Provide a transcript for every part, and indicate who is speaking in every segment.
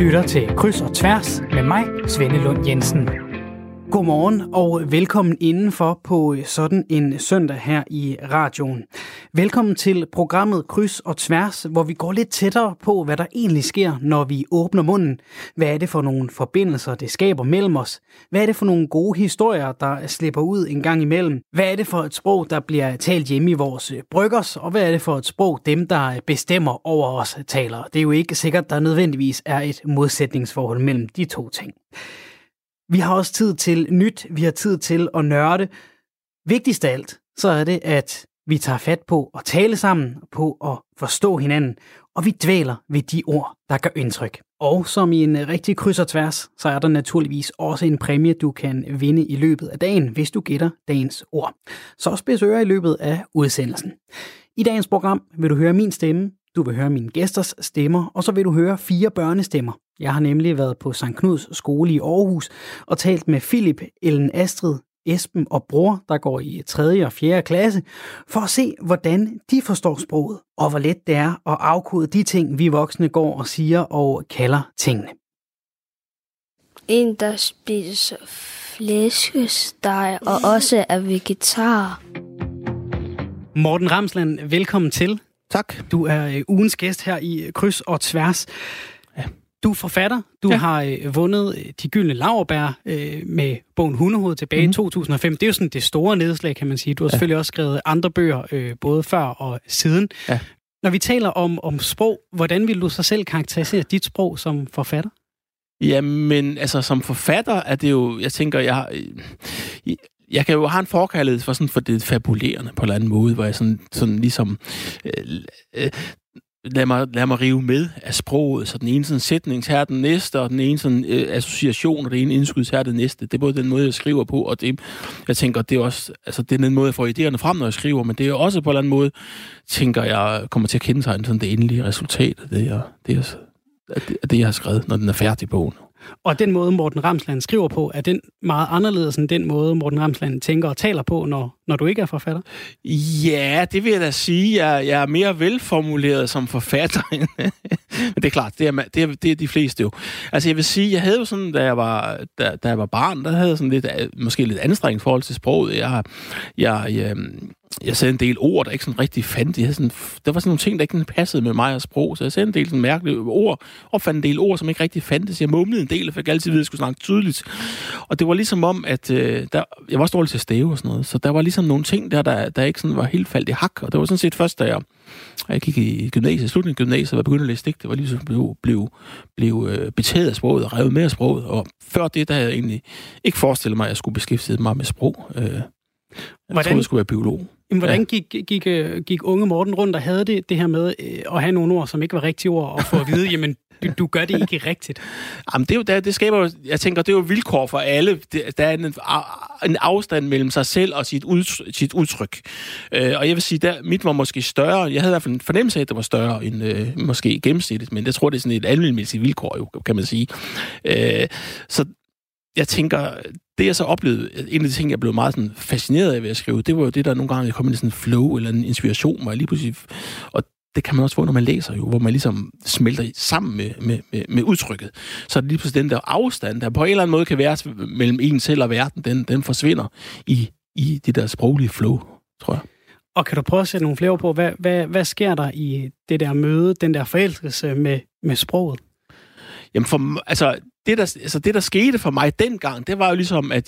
Speaker 1: lytter til Kryds og Tværs med mig, Svende Lund Jensen. Godmorgen og velkommen indenfor på sådan en søndag her i radioen. Velkommen til programmet Kryds og Tværs, hvor vi går lidt tættere på, hvad der egentlig sker, når vi åbner munden. Hvad er det for nogle forbindelser, det skaber mellem os? Hvad er det for nogle gode historier, der slipper ud en gang imellem? Hvad er det for et sprog, der bliver talt hjemme i vores bryggers? Og hvad er det for et sprog, dem, der bestemmer over os, taler? Det er jo ikke sikkert, der nødvendigvis er et modsætningsforhold mellem de to ting. Vi har også tid til nyt, vi har tid til at nørde. Vigtigst af alt, så er det, at vi tager fat på at tale sammen, på at forstå hinanden, og vi dvæler ved de ord, der gør indtryk. Og som i en rigtig kryds og tværs, så er der naturligvis også en præmie, du kan vinde i løbet af dagen, hvis du gætter dagens ord. Så spids ører i løbet af udsendelsen. I dagens program vil du høre min stemme, du vil høre mine gæsters stemmer, og så vil du høre 4 børnestemmer. Jeg har nemlig været på Sankt Knuds skole i Aarhus og talt med Philip, Ellen Astrid, Esben og Bror, der går i 3. og 4. klasse, for at se, hvordan de forstår sproget, og hvor let det er at afkode de ting, vi voksne går og siger og kalder tingene.
Speaker 2: En, der spiser flæskesteg og også er vegetar.
Speaker 1: Morten Ramsland, velkommen til.
Speaker 3: Tak.
Speaker 1: Du er ugens gæst her i Kryds og Tværs.
Speaker 3: Ja.
Speaker 1: Du er forfatter. Du har vundet de gyldne laurbær med bogen Hundehoved tilbage i 2005. Det er jo sådan det store nedslag, kan man sige. Du har selvfølgelig også skrevet andre bøger, både før og siden. Ja. Når vi taler om sprog, hvordan vil du så selv karakterisere dit sprog som forfatter?
Speaker 3: Jamen, altså som forfatter er det jo, jeg tænker, jeg kan jo have en forkærlighed for det fabulerende på en eller anden måde, hvor jeg sådan ligesom lad mig rive med af sproget, så den ene sådan sætning her den næste, og den ene sådan association, og det ene indskud her det næste. Det er både den måde, jeg skriver på, og det, jeg tænker, det er også, altså det er den måde, jeg får idéerne frem, når jeg skriver, men det er også på en eller anden måde, tænker jeg, kommer til at kendetegne sådan det endelige resultat af det, jeg har skrevet, når den er færdig bogen.
Speaker 1: Og den måde, Morten Ramsland skriver på, er den meget anderledes end den måde, Morten Ramsland tænker og taler på, når du ikke er forfatter?
Speaker 3: Ja, det vil jeg da sige. Jeg er mere velformuleret som forfatter. Men det er klart, det er de fleste jo. Altså jeg vil sige, jeg havde jo sådan, da jeg var barn, der havde jeg sådan måske lidt anstrengt forhold til sproget. Jeg sagde en del ord, der ikke sådan rigtig fandt. Der var sådan nogle ting, der ikke passede med mig og sprog, så jeg sagde en del sådan mærkelige ord, opfandt en del ord, som ikke rigtig fandtes. Jeg mumlede en del, for jeg altid vide, at jeg skulle snakke tydeligt. Og det var ligesom om, at jeg var også dårlig til at stave og sådan noget, så der var ligesom nogle ting der ikke sådan var helt faldt i hak, og det var sådan set først, da jeg gik i gymnasiet, slutningen af gymnasiet, og jeg begyndte at læse digte, var ligesom blev betaget af sproget og revet med af sproget, og før det, der havde jeg egentlig ikke forestillet mig, at jeg skulle beskæftige mig med sprog. Jeg troede, jeg skulle være biolog.
Speaker 1: Hvordan gik unge Morten rundt og havde det her med at have nogle ord, som ikke var rigtige ord, og få at vide, jamen, du gør det ikke rigtigt? Jamen,
Speaker 3: det skaber jo, jeg tænker, det er jo vilkår for alle. Der er en afstand mellem sig selv og sit udtryk. Og jeg vil sige, mit var måske større. Jeg havde i hvert fald en fornemmelse af, at det var større end måske gennemsnitligt, men jeg tror, det er sådan et almenmæssigt vilkår, jo, kan man sige. Så jeg tænker, det jeg så oplevede, en af de ting, jeg blev meget sådan fascineret af ved at skrive, det var jo det, der nogle gange kom i sådan en flow eller en inspiration, hvor jeg lige pludselig, og det kan man også få, når man læser jo, hvor man ligesom smelter sammen med udtrykket. Så lige pludselig den der afstand, der på en eller anden måde kan være mellem en selv og verden, den forsvinder i det der sproglige flow, tror jeg.
Speaker 1: Og kan du prøve at sætte nogle flere på, hvad sker der i det der møde, den der forelskelse med sproget?
Speaker 3: Jamen, det der skete for mig dengang, det var jo ligesom, at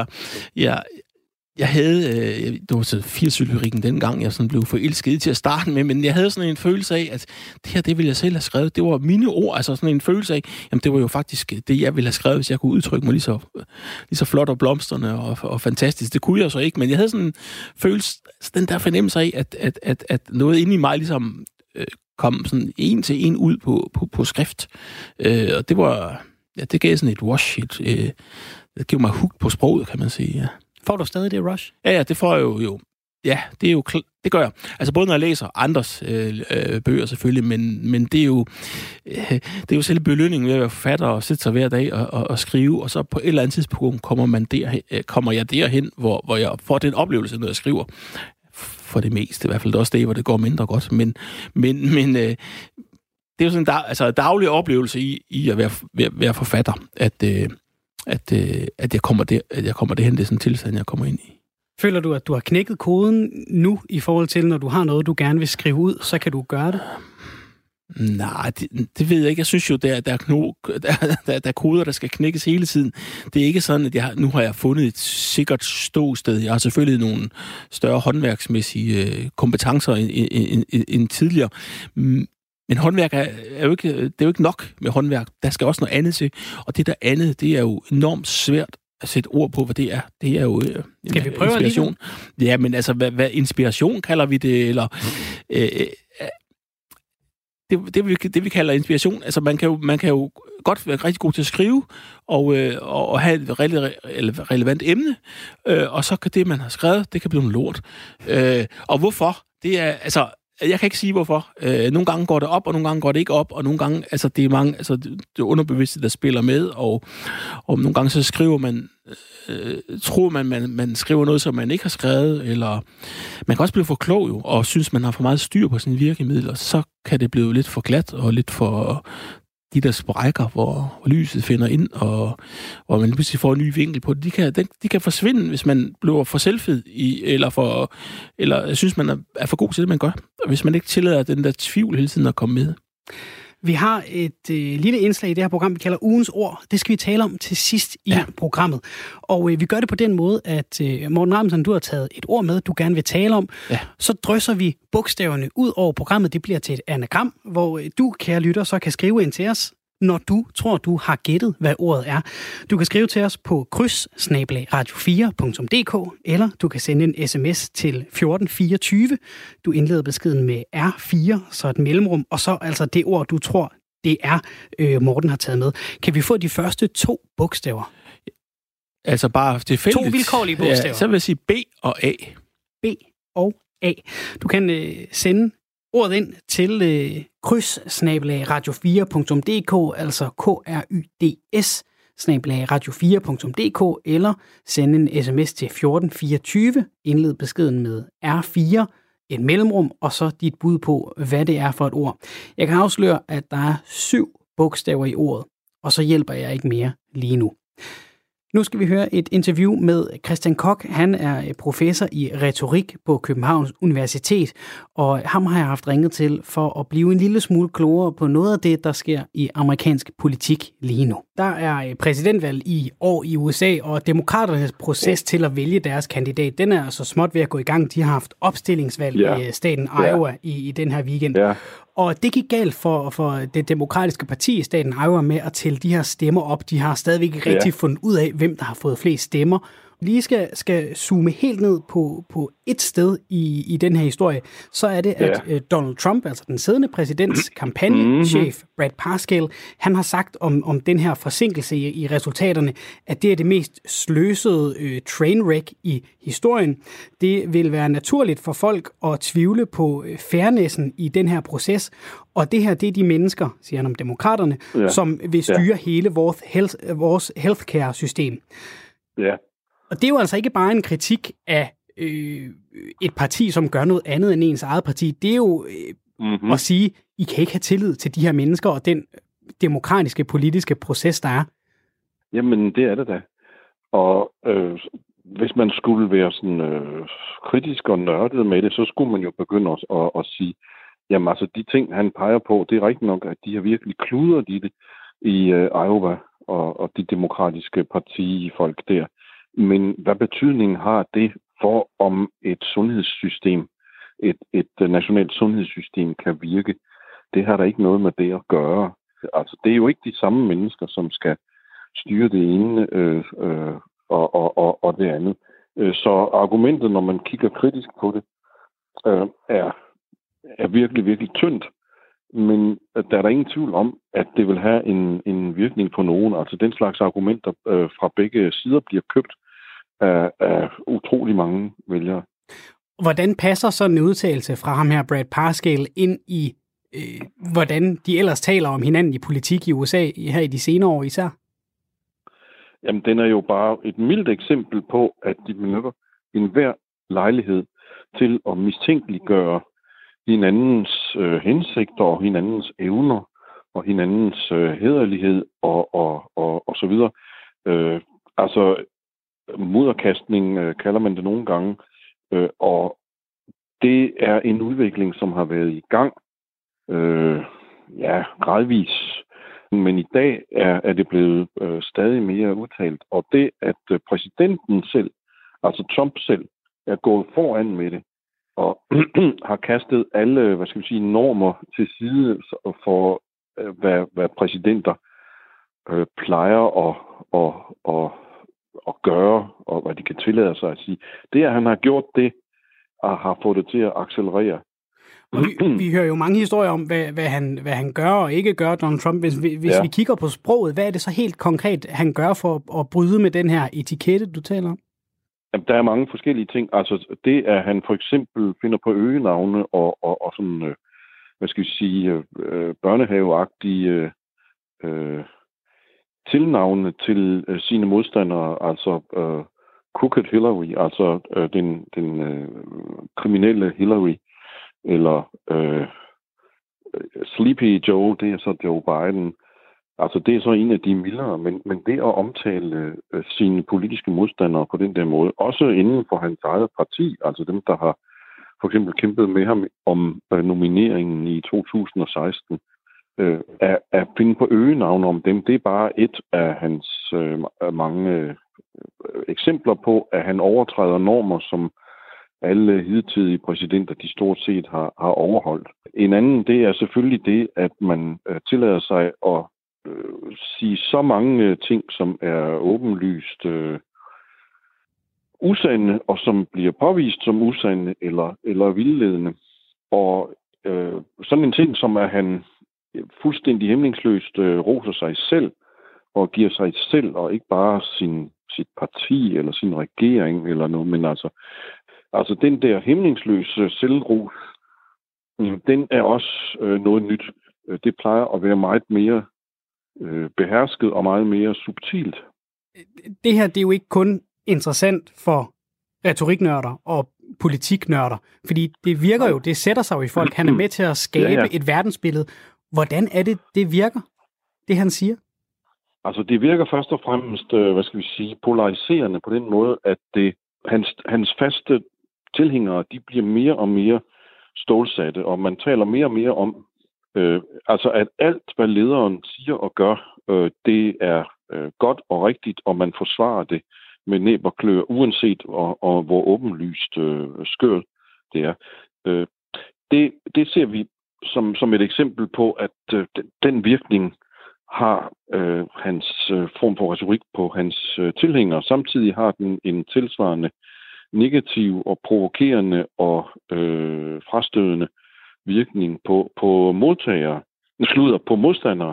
Speaker 3: jeg havde, det var så 80-lyrikken dengang, jeg sådan blev forelsket til at starte med, men jeg havde sådan en følelse af, at det her, det ville jeg selv have skrevet. Det var mine ord, altså sådan en følelse af, jamen det var jo faktisk det, jeg ville have skrevet, hvis jeg kunne udtrykke mig lige så flot og blomstrende og fantastisk. Det kunne jeg så ikke, men jeg havde sådan en følelse, den der fornemmelse af, at noget inde i mig ligesom kom sådan en til en ud på skrift. Og det var, ja, det gav sådan et wash, det gav mig hook på sproget, kan man sige, ja.
Speaker 1: Får du stadig det rush?
Speaker 3: Ja, det får jeg jo. Ja, det gør jeg. Altså både når jeg læser andres bøger selvfølgelig, men det er jo selve belønningen ved at være forfatter og sætte sig hver dag og skrive, og så på et eller andet tidspunkt kommer jeg derhen, hvor jeg får den oplevelse, når jeg skriver. For det meste, i hvert fald det er også det, hvor det går mindre godt. Men det er jo sådan en daglig oplevelse i at være forfatter, at jeg kommer derhen, det er sådan en tilstand, jeg kommer ind i.
Speaker 1: Føler du, at du har knækket koden nu, i forhold til, når du har noget, du gerne vil skrive ud, så kan du gøre det?
Speaker 3: Nej, det ved jeg ikke. Jeg synes jo, der er koder, der skal knækkes hele tiden. Det er ikke sådan, at nu har jeg fundet et sikkert ståsted. Jeg har selvfølgelig nogle større håndværksmæssige kompetencer end tidligere. Men håndværk det er jo ikke nok med håndværk. Der skal også noget andet til. Og det der andet, det er jo enormt svært at sætte ord på, hvad det er. Det er jo
Speaker 1: skal vi prøve
Speaker 3: inspiration. Ja, men altså, hvad inspiration kalder vi det? Eller det vi kalder inspiration. Altså, man kan jo godt være rigtig god til at skrive og have et relevant emne, og så kan det, man har skrevet, det kan blive en lort. Og hvorfor? Det er, altså, jeg kan ikke sige hvorfor. Nogle gange går det op, og nogle gange går det ikke op, og nogle gange, altså det er mange, altså det underbevidste, der spiller med, og nogle gange så skriver man, tror man skriver noget, som man ikke har skrevet, eller man kan også blive for klog jo, og synes, man har for meget styr på sine virkemidler, så kan det blive lidt for glat, og lidt for de der sprækker, hvor lyset finder ind, og hvor man pludselig får en ny vinkel på det. De kan forsvinde, hvis man bliver for selvfed eller synes, man er for god til det, man gør. Og hvis man ikke tillader den der tvivl hele tiden at komme med.
Speaker 1: Vi har et lille indslag i det her program, vi kalder Ugens Ord. Det skal vi tale om til sidst i programmet. Og vi gør det på den måde, at Morten Ramsen, du har taget et ord med, du gerne vil tale om. Ja. Så drysser vi bogstaverne ud over programmet. Det bliver til et anagram, hvor du, kære lytter, så kan skrive ind til os, når du tror, du har gættet, hvad ordet er. Du kan skrive til os på kryds@radio4.dk, eller du kan sende en sms til 1424. Du indleder beskeden med R4, så et mellemrum, og så altså det ord, du tror, det er, Morten har taget med. Kan vi få de første 2 bogstaver?
Speaker 3: Altså bare tilfældigt.
Speaker 1: 2 vilkårlige bogstaver.
Speaker 3: Ja, så vil jeg sige B og A.
Speaker 1: B og A. Du kan sende ordet ind til kryds@radio4.dk, altså KRYDS@radio4.dk, eller sende en sms til 1424, indled beskeden med R4, et mellemrum, og så dit bud på, hvad det er for et ord. Jeg kan afsløre, at der er 7 bogstaver i ordet, og så hjælper jeg ikke mere lige nu. Nu skal vi høre et interview med Christian Koch. Han er professor i retorik på Københavns Universitet, og ham har jeg haft ringet til for at blive en lille smule klogere på noget af det, der sker i amerikansk politik lige nu. Der er præsidentvalg i år i USA, og demokraternes proces til at vælge deres kandidat, den er altså småt ved at gå i gang. De har haft opstillingsvalg i staten Iowa i den her weekend. Ja. Og det gik galt for det demokratiske parti i staten Iowa med at tælle de her stemmer op. De har stadigvæk ikke rigtig fundet ud af, hvem der har fået flest stemmer. Lige skal zoome helt ned på et sted i den her historie, så er det, at Donald Trump, altså den siddende præsidents kampagnechef, Brad Parscale, han har sagt om den her forsinkelse i resultaterne, at det er det mest sløsede trainwreck i historien. Det vil være naturligt for folk at tvivle på fairnessen i den her proces, og det her, det er de mennesker, siger han om demokraterne, som vil styre hele vores healthcare-system. Ja. Og det er jo altså ikke bare en kritik af et parti, som gør noget andet end ens eget parti. Det er jo at sige, I kan ikke have tillid til de her mennesker og den demokratiske politiske proces, der er.
Speaker 4: Jamen, det er det da. Og hvis man skulle være sådan kritisk og nørdet med det, så skulle man jo begynde at sige, jamen altså de ting, han peger på, det er rigtigt nok, at de har virkelig kludret i det i Iowa og de demokratiske partifolk der. Men hvad betydning har det for, om et sundhedssystem, et nationalt sundhedssystem kan virke? Det har der ikke noget med det at gøre. Altså, det er jo ikke de samme mennesker, som skal styre det ene og det andet. Så argumentet, når man kigger kritisk på det, er virkelig, virkelig tyndt. Men der er der ingen tvivl om, at det vil have en virkning på nogen. Altså den slags argumenter fra begge sider bliver købt af utrolig mange vælgere.
Speaker 1: Hvordan passer sådan en udtalelse fra ham her, Brad Parscale, ind i, hvordan de ellers taler om hinanden i politik i USA her i de senere år især?
Speaker 4: Jamen, den er jo bare et mildt eksempel på, at de benytter enhver lejlighed til at mistænkeliggøre hinandens hensigter og hinandens evner og hinandens hæderlighed og så videre. Altså mudderkastning kalder man det nogle gange, og det er en udvikling, som har været i gang gradvis. Men i dag er det blevet stadig mere udtalt. Og det, at præsidenten selv, altså Trump selv, er gået foran med det, og har kastet alle, normer til side for, hvad præsidenter plejer at gøre, og hvad de kan tillade sig at sige. Det, at han har gjort det, og har fået det til at accelerere.
Speaker 1: Vi hører jo mange historier om, hvad han gør og ikke gør, Donald Trump. Hvis vi kigger på sproget, hvad er det så helt konkret, han gør for at bryde med den her etikette, du taler om?
Speaker 4: Jamen, der er mange forskellige ting. Altså det, at han for eksempel finder på øgenavne og sådan, børnehaveagtige tilnavne til sine modstandere, altså Crooked Hillary, altså den kriminelle Hillary, eller Sleepy Joe, det er så Joe Biden. Altså det er så en af de mildere, men det at omtale sine politiske modstandere på den der måde, også inden for hans eget parti, altså dem, der har for eksempel kæmpet med ham om nomineringen i 2016, at finde på øgenavne om dem, det er bare et af hans mange eksempler på, at han overtræder normer, som alle hidtidige præsidenter, de stort set har overholdt. En anden, det er selvfølgelig det, at man tillader sig at sige så mange ting, som er åbenlyst usande, og som bliver påvist som usande eller vildledende. Og sådan en ting, som at han fuldstændig hæmningsløst roser sig selv, og giver sig selv, og ikke bare sit parti, eller sin regering, eller noget, men altså den der hæmningsløse selvros, den er også noget nyt. Det plejer at være meget mere behersket og meget mere subtilt.
Speaker 1: Det her, det er jo ikke kun interessant for retoriknørder og politiknørder, fordi det virker jo, det sætter sig jo i folk. Han er med til at skabe et verdensbillede. Hvordan er det virker, det han siger? Altså
Speaker 4: det virker først og fremmest, polariserende på den måde, at hans faste tilhængere, de bliver mere og mere stålsatte, og man taler mere og mere om, at alt, hvad lederen siger og gør, det er godt og rigtigt, og man forsvarer det med næb og klør, uanset og hvor åbenlyst skørt det er. Det ser vi som et eksempel på, at den virkning har hans form for retorik på hans tilhængere. Samtidig har den en tilsvarende negativ og provokerende og frastødende virkning på modtagere, på modstandere.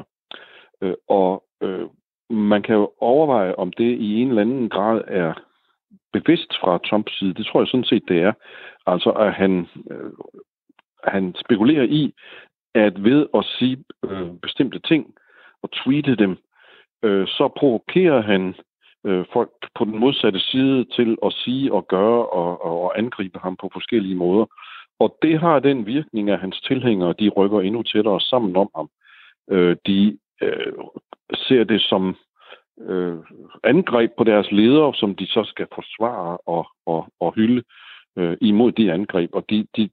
Speaker 4: Man kan jo overveje, om det i en eller anden grad er bevidst fra Trumps side. Det tror jeg sådan set, det er. Altså, at han spekulerer i, at ved at sige bestemte ting og tweete dem, så provokerer han folk på den modsatte side til at sige og gøre og angribe ham på forskellige måder. Og det har den virkning, at hans tilhængere, de rykker endnu tættere sammen om ham. De ser det som angreb på deres ledere, som de så skal forsvare og hylde imod de angreb. Og det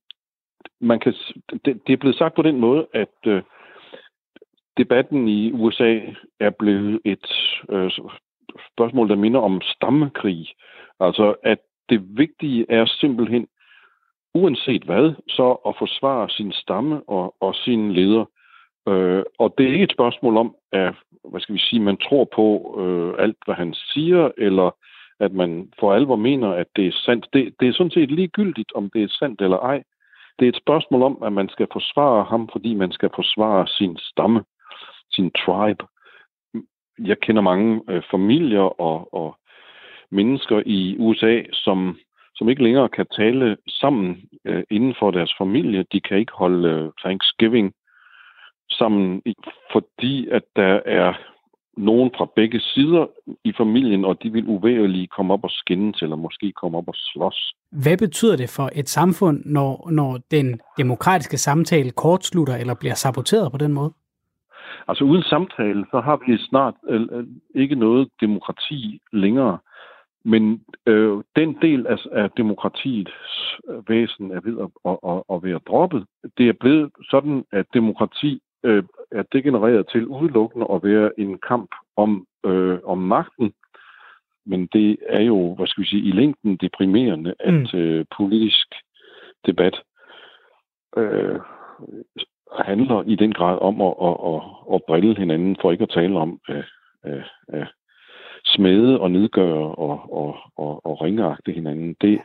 Speaker 4: er blevet sagt på den måde, at debatten i USA er blevet et spørgsmål, der minder om stammekrig. Altså, at det vigtige er simpelthen, uanset hvad, så at forsvare sin stamme og sin leder. Og det er ikke et spørgsmål om, at man tror på alt, hvad han siger, eller at man for alvor mener, at det er sandt. Det er sådan set ligegyldigt, om det er sandt eller ej. Det er et spørgsmål om, at man skal forsvare ham, fordi man skal forsvare sin stamme, sin tribe. Jeg kender mange familier og mennesker i USA, som ikke længere kan tale sammen inden for deres familie. De kan ikke holde Thanksgiving sammen, fordi at der er nogen fra begge sider i familien, og de vil uvægerligt komme op og skændes, eller måske komme op og slås.
Speaker 1: Hvad betyder det for et samfund, når den demokratiske samtale kortslutter eller bliver saboteret på den måde?
Speaker 4: Altså uden samtale, så har vi snart ikke noget demokrati længere. Men den del af demokratiets væsen er ved at være droppet. Det er blevet sådan, at demokrati er degenereret til udelukkende at være en kamp om magten. Men det er jo, i længden deprimerende, at politisk debat handler i den grad om at drille hinanden, for ikke at tale om smede og nedgøre og ringeagte hinanden. Det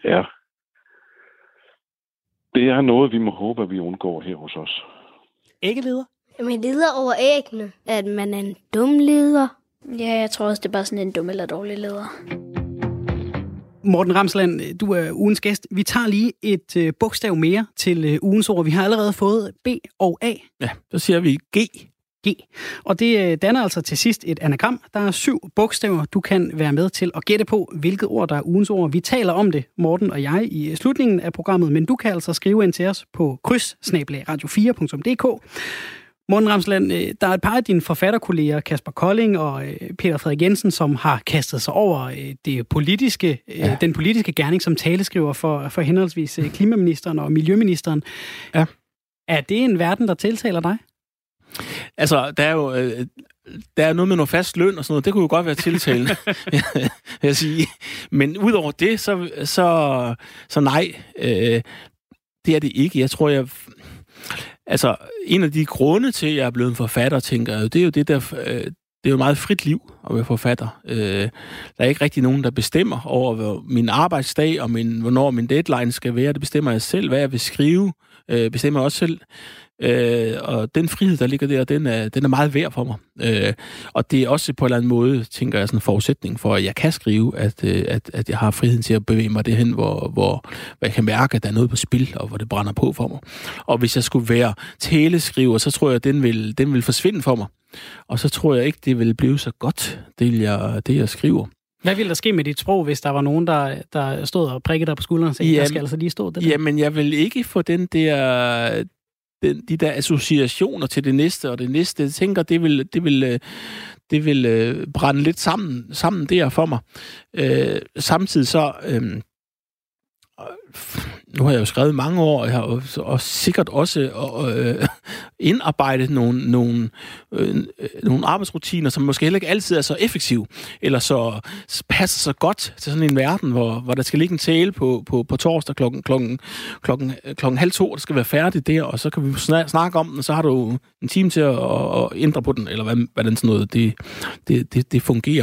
Speaker 4: er noget, vi må håbe, at vi undgår her hos os.
Speaker 1: Æggeleder?
Speaker 2: Jamen, leder over æggene. At man er en dum leder.
Speaker 5: Ja, jeg tror også, det er bare sådan en dum eller dårlig leder.
Speaker 1: Morten Ramsland, du er ugens gæst. Vi tager lige et bogstav mere til ugens ord. Vi har allerede fået B og A.
Speaker 3: Ja, så siger vi G.
Speaker 1: G. Og det danner altså til sidst et anagram. Der er 7 bogstaver. Du kan være med til at gætte på, hvilket ord der er ugens ord. Vi taler om det, Morten og jeg, i slutningen af programmet, men du kan altså skrive ind til os på kryds@radio4.dk. Morten Ramsland, der er et par af dine forfatterkolleger, Kasper Kolding og Peter Frederik Jensen, som har kastet sig over den politiske gerning som taleskriver for henholdsvis klimaministeren og miljøministeren.
Speaker 3: Ja.
Speaker 1: Er det en verden, der tiltaler dig?
Speaker 3: Altså, der er noget med noget fast løn og sådan noget. Det kunne jo godt være tiltalende, vil jeg sige. Men udover det, så nej. Det er det ikke. Jeg tror, altså, en af de grunde til, at jeg er blevet en forfatter, tænker jeg, det er jo det der... Det er jo et meget frit liv at være forfatter. Der er ikke rigtig nogen, der bestemmer over min arbejdsdag og hvornår min deadline skal være. Det bestemmer jeg selv. Hvad jeg vil skrive, bestemmer jeg også selv. Og den frihed, der ligger der, den er meget værd for mig. Og det er også på en eller anden måde, tænker jeg, sådan en forudsætning for, at jeg kan skrive, at jeg har friheden til at bevæge mig derhen, hvor jeg kan mærke, at der er noget på spil, og hvor det brænder på for mig. Og hvis jeg skulle være taleskriver, så tror jeg, at den vil forsvinde for mig. Og så tror jeg ikke, det vil blive så godt, det jeg skriver.
Speaker 1: Hvad ville der ske med dit sprog, hvis der var nogen, der stod og prikkede dig på skulderen og sagde, der skal altså lige stå det der?
Speaker 3: Jamen, jeg vil ikke få de der associationer til det næste og det næste. Jeg tænker, det vil brænde lidt sammen der for mig. Samtidig så... nu har jeg jo skrevet mange år, og jeg har og sikkert også indarbejdet nogle arbejdsrutiner, som måske heller ikke altid er så effektive, eller så passer så godt til sådan en verden, hvor der skal ligge en tale på torsdag klokken 1:30, der skal være færdig der, og så kan vi snakke om den, og så har du en time til at ændre på den, eller hvordan sådan noget det fungerer.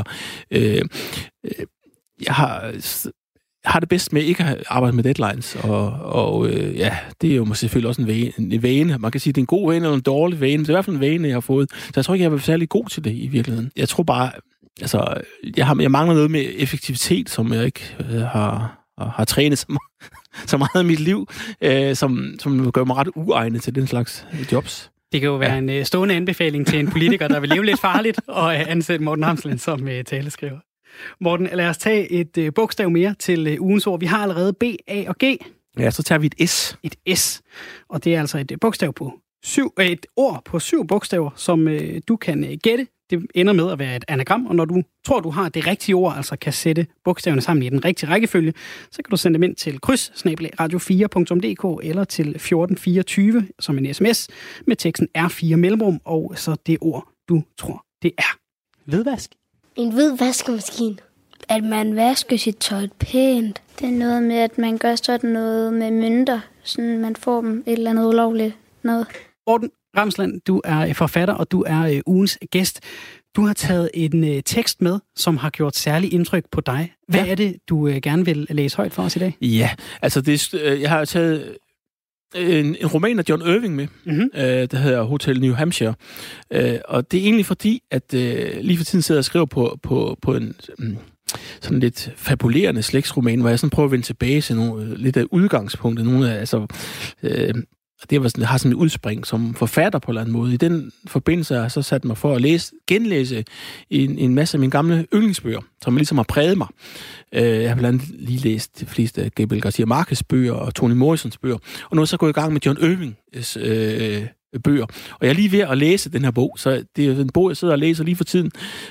Speaker 3: Jeg har det bedst med ikke at arbejde med deadlines, og det er jo selvfølgelig også en vane. Man kan sige, at det er en god vane eller en dårlig vane, det er i hvert fald en vane, jeg har fået. Så jeg tror ikke, jeg er særlig god til det i virkeligheden. Jeg tror bare, altså, jeg mangler noget med effektivitet, som jeg ikke har trænet så meget i mit liv, som gør mig ret uegnet til den slags jobs.
Speaker 1: Det kan jo være en stående anbefaling til en politiker, der vil leve lidt farligt, og ansætte Morten Ramsland som taleskriver. Morten, lad os tage et bogstav mere til ugens ord. Vi har allerede B, A og G.
Speaker 3: Ja, så tager vi et S.
Speaker 1: Et S. Og det er altså et ord på 7 bogstaver, som du kan gætte. Det ender med at være et anagram, og når du tror, du har det rigtige ord, altså kan sætte bogstaverne sammen i den rigtige rækkefølge, så kan du sende dem ind til kryds@radio4.dk eller til 1424 som en sms med teksten R4 mellemrum, og så det ord, du tror, det er. Hvidvask.
Speaker 2: En hvid vaskemaskine. At man vasker sit tøj pænt.
Speaker 5: Det er noget med, at man gør sådan noget med mønter, sådan man får dem et eller andet ulovligt noget.
Speaker 1: Morten Ramsland, du er forfatter, og du er ugens gæst. Du har taget en tekst med, som har gjort særlig indtryk på dig. Hvad er det, du gerne vil læse højt for os i dag?
Speaker 3: Ja, altså jeg har taget en roman af John Irving med, der hedder Hotel New Hampshire. Og det er egentlig fordi, at lige for tiden sidder jeg og skriver på en sådan lidt fabulerende slægtsroman, hvor jeg sådan prøver at vende tilbage til lidt af udgangspunktet. det har sådan et udspring som forfatter på en eller anden måde. I den forbindelse har jeg så sat mig for at genlæse en masse af mine gamle yndlingsbøger, som ligesom har præget mig. Jeg har blandt andet lige læst de fleste af Gabriel Garcia Marquez bøger og Toni Morrisons bøger, og nu er jeg så gået i gang med John Irvings bøger. Og jeg er lige ved at læse den her bog, så det er en bog, jeg sidder og læser lige for tiden.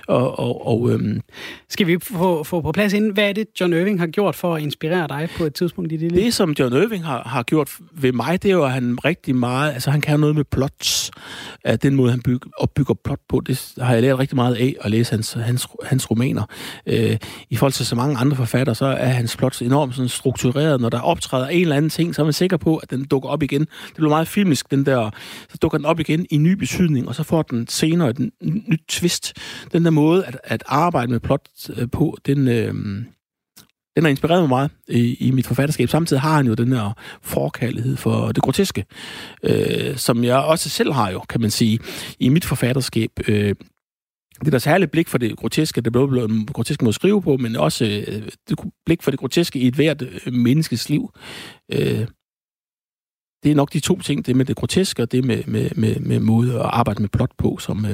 Speaker 1: Skal vi få på plads inden, hvad er det, John Irving har gjort for at inspirere dig på et tidspunkt i dit liv?
Speaker 3: Det, som John Irving har gjort ved mig, det er jo, at han rigtig meget, altså han kan noget med plots. Den måde, han bygger plot på, det har jeg lært rigtig meget af at læse hans romaner. I forhold til så mange andre forfattere, så er hans plots enormt sådan struktureret. Når der optræder en eller anden ting, så er man sikker på, at den dukker op igen. Det bliver meget filmisk, den der. Så dukker den op igen i ny betydning, og så får den senere et nyt twist. Den der måde at arbejde med plot på, den har inspireret mig meget i mit forfatterskab. Samtidig har han jo den her forkærlighed for det groteske, som jeg også selv har jo, kan man sige, i mit forfatterskab. Det er der særligt blik for det groteske, det blev en grotesk måde at skrive på, men også det blik for det groteske i et hvert menneskes liv. Det er nok de to ting, det med det groteske og det med måde at arbejde med plot på, som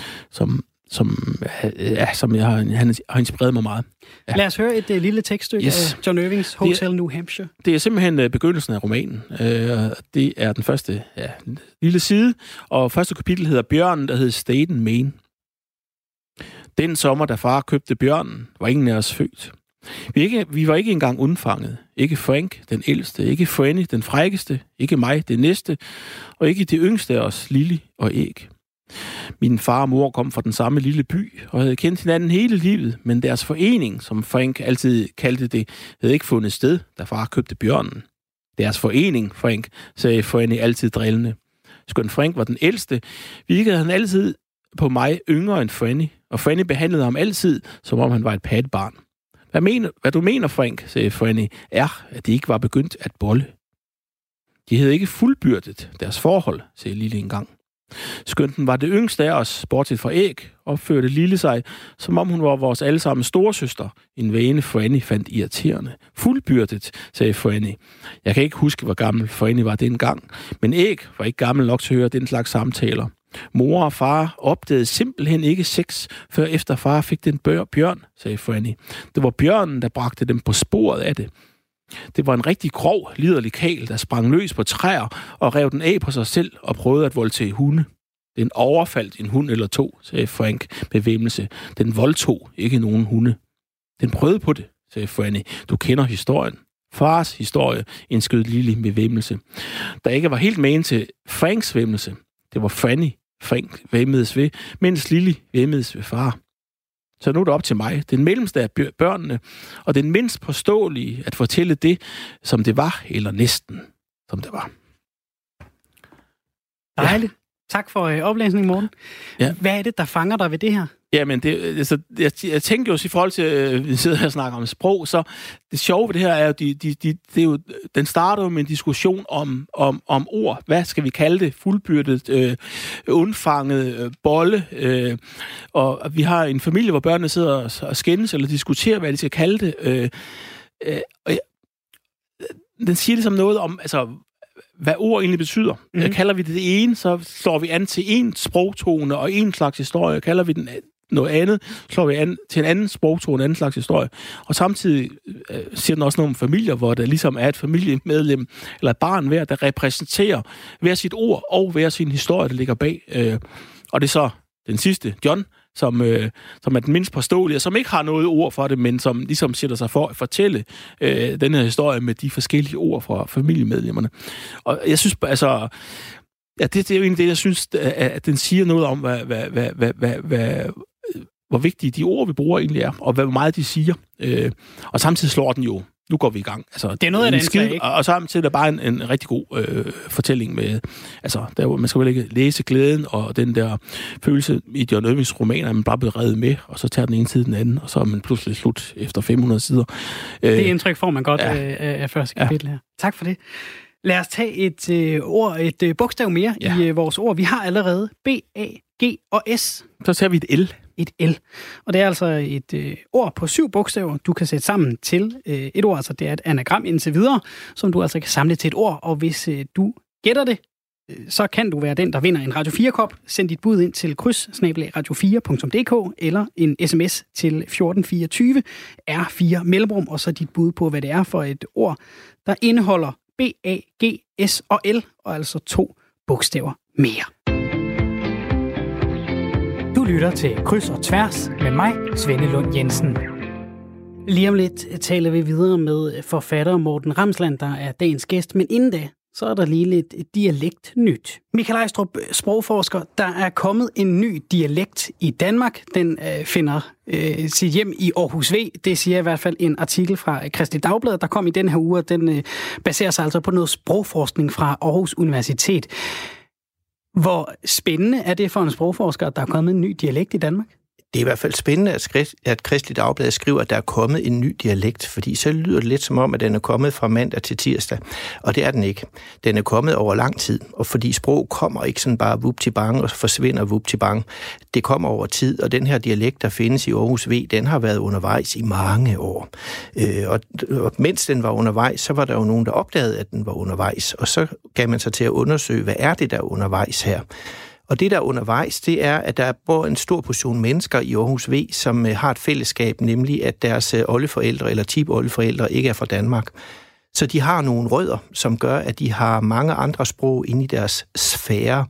Speaker 3: han har inspireret mig meget. Ja.
Speaker 1: Lad os høre et lille tekststykke af John Irvings Hotel New Hampshire.
Speaker 3: Det er simpelthen begyndelsen af romanen. Det er den første lille side, og første kapitel hedder Bjørnen, der hedder Staten, Maine. Den sommer, da far købte bjørnen, var ingen af os født. Vi var ikke engang undfanget. Ikke Frank, den ældste. Ikke Fanny, den frækkeste. Ikke mig, det næste. Og ikke det yngste af os, Lily og Æg. Min far og mor kom fra den samme lille by og havde kendt hinanden hele livet, men deres forening, som Frank altid kaldte det, havde ikke fundet sted, da far købte bjørnen. Deres forening, Frank, sagde Fanny altid drillende. Skønt Frank var den ældste, virkede han altid på mig yngre end Fanny, og Fanny behandlede ham altid, som om han var et pattebarn. Hvad du mener, Frank, sagde Fanny, er, at de ikke var begyndt at bolle. De havde ikke fuldbyrdet deres forhold, sagde Lille engang. Skønt den var det yngste af os, bortset fra Æg, opførte Lille sig, som om hun var vores allesammen storesøster, en vane Fanny fandt irriterende. Fuldbyrdet, sagde Fanny. Jeg kan ikke huske, hvor gammel Fanny var dengang, men Æg var ikke gammel nok til at høre den slags samtaler. Mor og far opdagede simpelthen ikke sex, før efter far fik den bjørn, sagde Fanny. Det var bjørnen, der bragte dem på sporet af det. Det var en rigtig grov, liderlig kæl, der sprang løs på træer og rev den af på sig selv og prøvede at voldtage hunde. Den overfaldt en hund eller to, sagde Frank med væmmelse. Den voldtog ikke nogen hunde. Den prøvede på det, sagde Fanny. Du kender historien. Fars historie, indskød Lily med væmmelse. Der ikke var helt med til Franks væmmelse. Det var Fanny, Frank væmmedes ved, mens Lily væmmedes ved far. Så nu er det op til mig, den mellemste af børnene, og den mindst påståelige at fortælle det, som det var, eller næsten som det var.
Speaker 1: Dejligt. Ja. Tak for oplæsningen, Morten. Ja. Hvad er det, der fanger dig ved det her?
Speaker 3: Jamen, jeg tænker jo i forhold til, at vi sidder her og snakker om sprog, så det sjove ved det her er jo, det er jo, den starter jo med en diskussion om ord. Hvad skal vi kalde det? Fuldbyrdet, undfanget, bolle. Og vi har en familie, hvor børnene sidder og skændes eller diskuterer, hvad de skal kalde det. Den siger ligesom noget om, altså, hvad ord egentlig betyder. Mm-hmm. Kalder vi det ene, så slår vi an til en sprogtone og en slags historie. Kalder vi den noget andet, slår vi an til en anden sprogtone, en anden slags historie. Og samtidig siger den også noget om familier, hvor der ligesom er et familiemedlem eller et barn hver, der repræsenterer hver sit ord og hver sin historie, der ligger bag. Og det er så den sidste, John, som er den mindst påståelige, og som ikke har noget ord for det, men som ligesom sætter sig for at fortælle den her historie med de forskellige ord fra familiemedlemmerne. Og jeg synes, altså, ja, det er jo egentlig det, jeg synes, at den siger noget om, hvor vigtige de ord, vi bruger egentlig er, og hvor meget de siger. Og samtidig slår den jo. Nu går vi i gang. Altså,
Speaker 1: det er noget af det skid, ikke?
Speaker 3: Og samtidig er der bare en rigtig god fortælling med, altså, man skal vel ikke læse glæden og den der følelse i John Irvings romaner, at man bare bliver revet med, og så tager den ene side den anden, og så er man pludselig slut efter 500 sider. Det
Speaker 1: indtryk får man godt af første kapitel her. Tak for det. Lad os tage et bogstav mere i vores ord. Vi har allerede B, A, G og S.
Speaker 3: Så tager vi et L.
Speaker 1: Et L. Og det er altså et ord på 7 bogstaver, du kan sætte sammen til et ord. Altså det er et anagram indtil videre, som du altså kan samle til et ord. Og hvis du gætter det, så kan du være den, der vinder en Radio 4-kop. Send dit bud ind til kryds@radio4.dk eller en sms til 1424 R4 mellemrum, og så dit bud på, hvad det er for et ord, der indeholder B, A, G, S og L, og altså 2 bogstaver mere. Du lytter til Kryds og Tværs med mig, Svende Lund Jensen. Lige om lidt taler vi videre med forfatter Morten Ramsland, der er dagens gæst, men inden da, så er der lige lidt dialekt nyt. Michael Ejstrup, sprogforsker, der er kommet en ny dialekt i Danmark. Den finder sit hjem i Aarhus V. Det siger i hvert fald en artikel fra Kristeligt Dagblad, der kom i den her uge. Den baserer sig altså på noget sprogforskning fra Aarhus Universitet. Hvor spændende er det for en sprogforsker, der er kommet en ny dialekt i Danmark?
Speaker 6: Det er i hvert fald spændende, at Kristeligt Dagblad skriver, at der er kommet en ny dialekt, fordi så lyder det lidt som om, at den er kommet fra mandag til tirsdag, og det er den ikke. Den er kommet over lang tid, og fordi sprog kommer ikke sådan bare vup-ti-bang og forsvinder vup-ti-bang. Det kommer over tid, og den her dialekt, der findes i Aarhus V, den har været undervejs i mange år. Og mens den var undervejs, så var der jo nogen, der opdagede, at den var undervejs, og så gav man sig til at undersøge, hvad er det, der er undervejs her? Og det, der er undervejs, det er, at der bor en stor portion mennesker i Aarhus V, som har et fællesskab, nemlig at deres oldeforældre eller tipoldeforældre ikke er fra Danmark. Så de har nogle rødder, som gør, at de har mange andre sprog inde i deres sfære.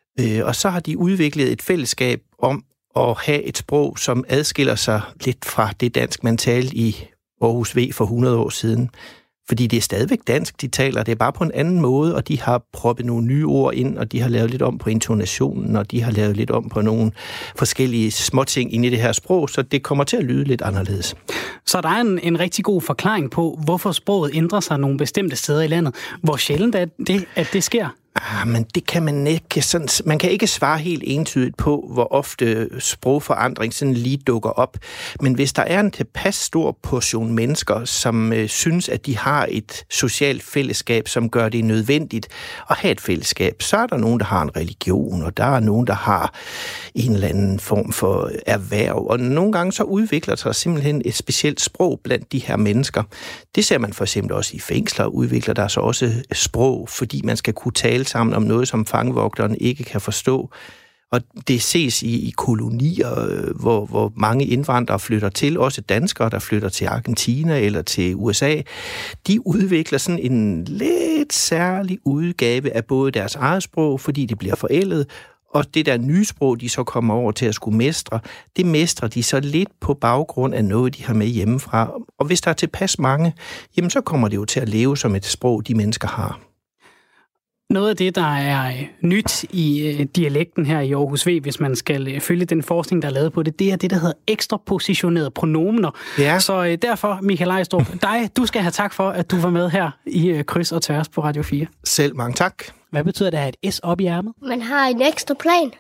Speaker 6: Og så har de udviklet et fællesskab om at have et sprog, som adskiller sig lidt fra det dansk, man talte i Aarhus V for 100 år siden. Fordi det er stadigvæk dansk, de taler. Det er bare på en anden måde, og de har proppet nogle nye ord ind, og de har lavet lidt om på intonationen, og de har lavet lidt om på nogle forskellige småting inde i det her sprog, så det kommer til at lyde lidt anderledes.
Speaker 1: Så der er en rigtig god forklaring på, hvorfor sproget ændrer sig nogle bestemte steder i landet. Hvor sjældent er det, at det sker?
Speaker 6: Men det kan man ikke sådan, man kan ikke svare helt entydigt på, hvor ofte sprogforandring sådan lige dukker op. Men hvis der er en tilpas stor portion mennesker, som synes, at de har et socialt fællesskab, som gør det nødvendigt at have et fællesskab, så er der nogen, der har en religion, og der er nogen, der har en eller anden form for erhverv. Og nogle gange så udvikler sig simpelthen et specielt sprog blandt de her mennesker. Det ser man for eksempel også i fængsler, udvikler der så også sprog, fordi man skal kunne tale sammen om noget, som fangevogterne ikke kan forstå. Og det ses i kolonier, hvor mange indvandrere flytter til, også danskere, der flytter til Argentina eller til USA. De udvikler sådan en lidt særlig udgave af både deres eget sprog, fordi det bliver forældet, og det der nye sprog, de så kommer over til at skulle mestre, det mestrer de så lidt på baggrund af noget, de har med hjemmefra. Og hvis der er tilpas mange, jamen så kommer det jo til at leve som et sprog, de mennesker har.
Speaker 1: Noget af det, der er nyt i dialekten her i Aarhus V, hvis man skal følge den forskning, der er lavet på det, det er det, der hedder ekstrapositionerede pronomener. Ja. Så derfor, Michael Ejstrup, du skal have tak for, at du var med her i Kryds og Tværs på Radio 4.
Speaker 6: Selv mange tak.
Speaker 1: Hvad betyder det at have et S op i ærmet?
Speaker 2: Man har en ekstra plan.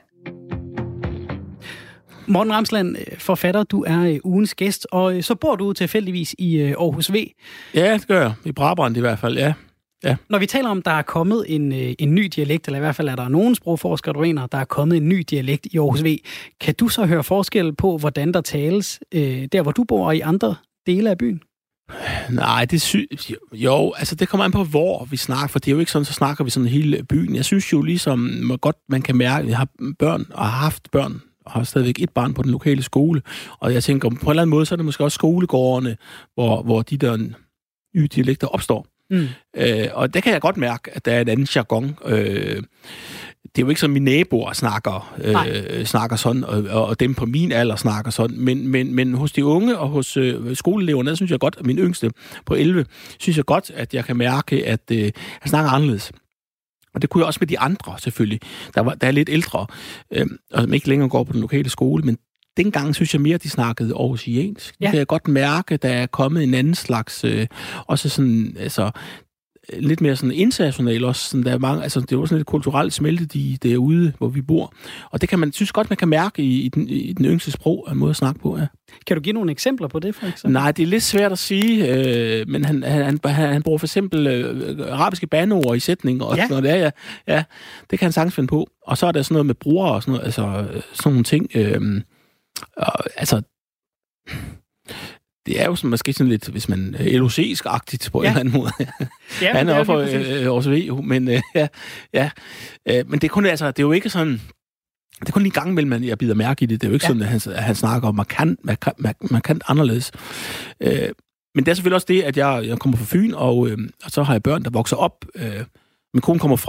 Speaker 1: Morten Ramsland, forfatter, du er ugens gæst, og så bor du tilfældigvis i Aarhus V.
Speaker 3: Ja, det gør jeg. I Brabrand i hvert fald, ja. Ja.
Speaker 1: Når vi taler om, der er kommet en ny dialekt, eller i hvert fald er der nogen sprogforskere, der er kommet en ny dialekt i Aarhus V, kan du så høre forskel på, hvordan der tales der, hvor du bor, og i andre dele af byen?
Speaker 3: Nej, jo, altså det kommer an på, hvor vi snakker, for det er jo ikke sådan, så snakker vi sådan hele byen. Jeg synes jo ligesom godt, man kan mærke, at jeg har børn og har haft børn, og har stadigvæk et barn på den lokale skole, og jeg tænker, på en eller anden måde, så er det måske også skolegårdene, hvor de der nye dialekter opstår. Og der kan jeg godt mærke, at der er en anden jargon. Det er jo ikke som mine naboer snakker sådan, og dem på min alder snakker sådan, men hos de unge og hos skoleeleverne, der synes jeg godt, at min yngste på 11, synes jeg godt, at jeg kan mærke, at han snakker anderledes. Og det kunne jeg også med de andre, selvfølgelig, der er lidt ældre, og som ikke længere går på den lokale skole, men dengang synes jeg mere, at de snakkede aarhusiansk. Ja. Det kan jeg godt mærke, der er kommet en anden slags, også sådan, altså, lidt mere sådan international også. Sådan, der er mange, altså, det er også sådan lidt kulturelt smeltet derude, hvor vi bor. Og det kan man, synes godt, man kan mærke i den yngste sprog, en måde at snakke på, ja.
Speaker 1: Kan du give nogle eksempler på det, for eksempel?
Speaker 3: Nej, det er lidt svært at sige, men han bruger for eksempel arabiske bandeord i sætninger, og sådan noget. Ja, det kan han sagtens finde på. Og så er der sådan noget med brugere og sådan noget, altså sådan nogle ting. Altså, det er jo sådan, måske sådan lidt, hvis man LOC-agtigt på en eller anden måde.
Speaker 1: Ja,
Speaker 3: han er også for Aarhus V, men men det er kun, altså, det er jo ikke sådan, det er kun lige en gang imellem, jeg bider mærke i det. Det er jo ikke sådan, at han snakker om markant anderledes. Men det er selvfølgelig også det, at jeg kommer fra Fyn, og så har jeg børn, der vokser op. Min kone kommer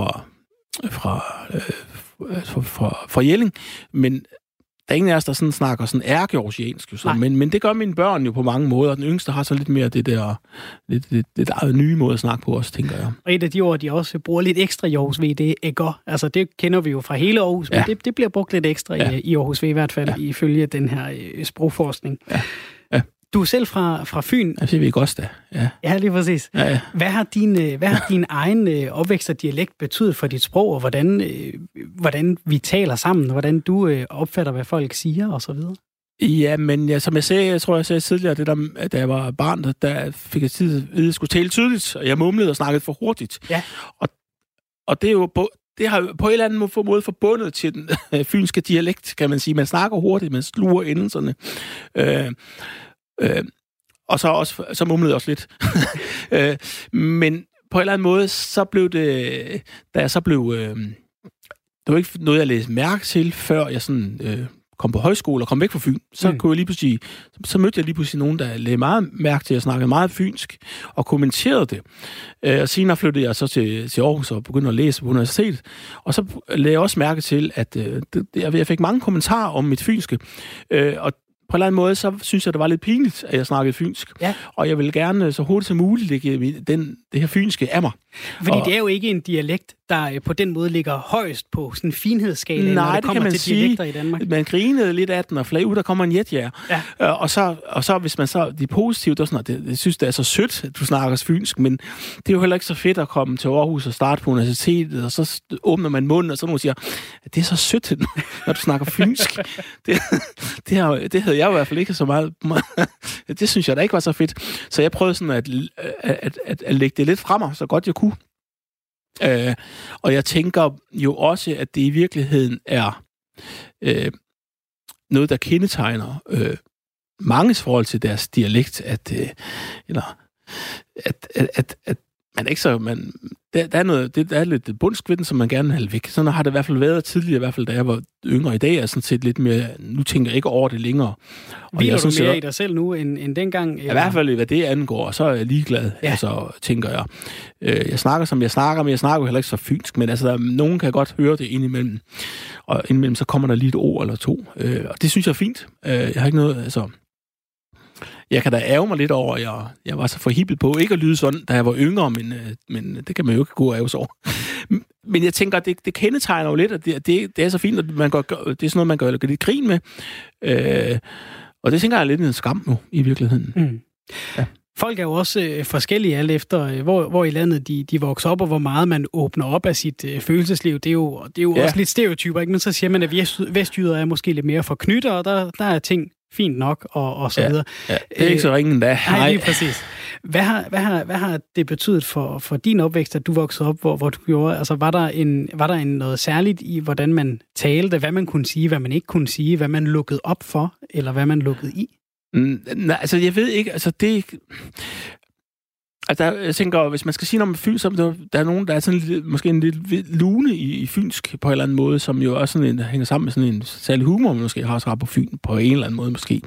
Speaker 3: fra Jelling, men der er ingen af os, der sådan snakker sådan ærkeaarhusiansk. Men det gør mine børn jo på mange måder. Den yngste har så lidt mere det der lidt nye måde at snakke på også, tænker jeg. Og
Speaker 1: et af de ord, de også bruger lidt ekstra i Aarhus V, det er ægger. Altså det kender vi jo fra hele Aarhus, men det bliver brugt lidt ekstra i Aarhus V i hvert fald, ifølge den her sprogforskning. Ja. Du er selv fra Fyn.
Speaker 3: Ja, det ved jeg godt da.
Speaker 1: Ja, lige præcis.
Speaker 3: Ja.
Speaker 1: Hvad har din egen opvækst og dialekt betydet for dit sprog, og hvordan vi taler sammen, hvordan du opfatter, hvad folk siger, og så videre?
Speaker 3: Ja, men som jeg sagde tidligere, det der, da jeg var barn, der fik jeg tid at vide, at jeg skulle tale tydeligt, og jeg mumlede og snakkede for hurtigt. Ja. Og det er jo det har på en eller anden måde forbundet til den fynske dialekt, kan man sige. Man snakker hurtigt, man sluger endelserne. Og så mumlede jeg også lidt. Men på en eller anden måde, så blev det, da jeg så blev, det var ikke noget, jeg læste mærke til, før jeg sådan kom på højskole og kom væk fra Fyn. Så kunne jeg lige pludselig, så mødte jeg lige pludselig nogen, der lagde meget mærke til, at jeg snakkede meget fynsk, og kommenterede det. Og senere flyttede jeg så til Aarhus og begyndte at læse på universitetet. Og så lagde jeg også mærke til, at jeg fik mange kommentarer om mit fynske. Og på en eller anden måde, så synes jeg, det var lidt pinligt, at jeg snakkede fynsk. Ja. Og jeg vil gerne så hurtigt som muligt lægge det her fynske af mig.
Speaker 1: Fordi det er jo ikke en dialekt, der på den måde ligger højst på sådan en finhedsskala, når det kommer til dialekter i Danmark.
Speaker 3: Man grinede lidt af den, og flagde ud, der kommer en jetjær. Ja. Og så hvis man så, de positive, der sådan, det synes, det er så sødt, at du snakker fynsk, men det er jo heller ikke så fedt at komme til Aarhus og starte på universitetet, og så åbner man munden, og så nogen siger, at det er så sødt, når du snakker fynsk. Det havde jeg i hvert fald ikke så meget. Det synes jeg da ikke var så fedt. Så jeg prøvede sådan at lægge det lidt frem mig, så godt jeg kunne. Og jeg tænker jo også, at det i virkeligheden er noget, der kendetegner manges forhold til deres dialekt, at man ikke så... Der er lidt bundsk ved den, som man gerne vil have væk. Sådan har det i hvert fald været tidligere, i hvert fald da jeg var yngre. I dag er sådan set lidt mere... Nu tænker jeg ikke over det længere.
Speaker 1: Hviler du mere i dig selv nu, end dengang?
Speaker 3: Eller? I hvert fald, hvad det angår, og så er jeg ligeglad, tænker jeg. Jeg snakker, som jeg snakker, men jeg snakker jo heller ikke så fynsk, men altså, nogen kan godt høre det indimellem. Og indimellem, så kommer der lige et ord eller to. Og det synes jeg er fint. Jeg har ikke noget... Altså, jeg kan da ærge mig lidt over, at jeg var så forhippet på ikke at lyde sådan, da jeg var yngre, men det kan man jo ikke gå og ærge sig over. Men jeg tænker, at det kendetegner jo lidt, at det er så fint, at det er sådan noget, man gør lidt grin med. Og det tænker jeg er lidt en skam nu, i virkeligheden. Mm. Ja.
Speaker 1: Folk er jo også forskellige alt efter, hvor i landet de vokser op, og hvor meget man åbner op af sit følelsesliv. Det er jo også lidt stereotyper, ikke? Men så siger man, at vestjyder er måske lidt mere forknytter, og der er ting fint nok, og så videre.
Speaker 3: Ja, det er ikke så ringen da.
Speaker 1: Nej, lige præcis. Hvad har det betydet for din opvækst, at du voksede op, hvor du gjorde? Altså, var der noget særligt i, hvordan man talte, hvad man kunne sige, hvad man ikke kunne sige, hvad man lukkede op for, eller hvad man lukkede i?
Speaker 3: Nej, altså, jeg ved ikke, altså, det... Altså, jeg tænker, hvis man skal sige noget om Fyn, så der er nogen, der er sådan måske en lidt lune i fynsk på en eller anden måde, som jo også sådan hænger sammen med sådan en særlig humor, man måske har også på Fyn på en eller anden måde måske.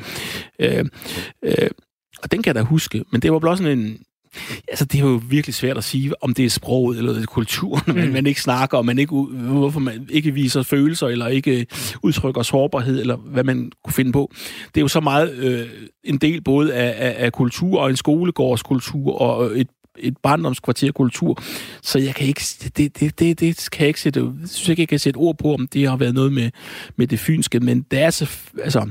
Speaker 3: Og den kan jeg da huske, men det var blot sådan en... Altså, det er jo virkelig svært at sige, om det er sproget eller det er kulturen, man ikke snakker, og hvorfor man ikke viser følelser, eller ikke udtrykker sårbarhed, eller hvad man kunne finde på. Det er jo så meget en del både af kultur, og en skolegårdskultur, og et barndomskvarterkultur. Så jeg kan ikke... Det kan jeg ikke sætte... Jeg synes ikke, jeg kan sætte ord på, om det har været noget med det fynske, men det er så... Altså...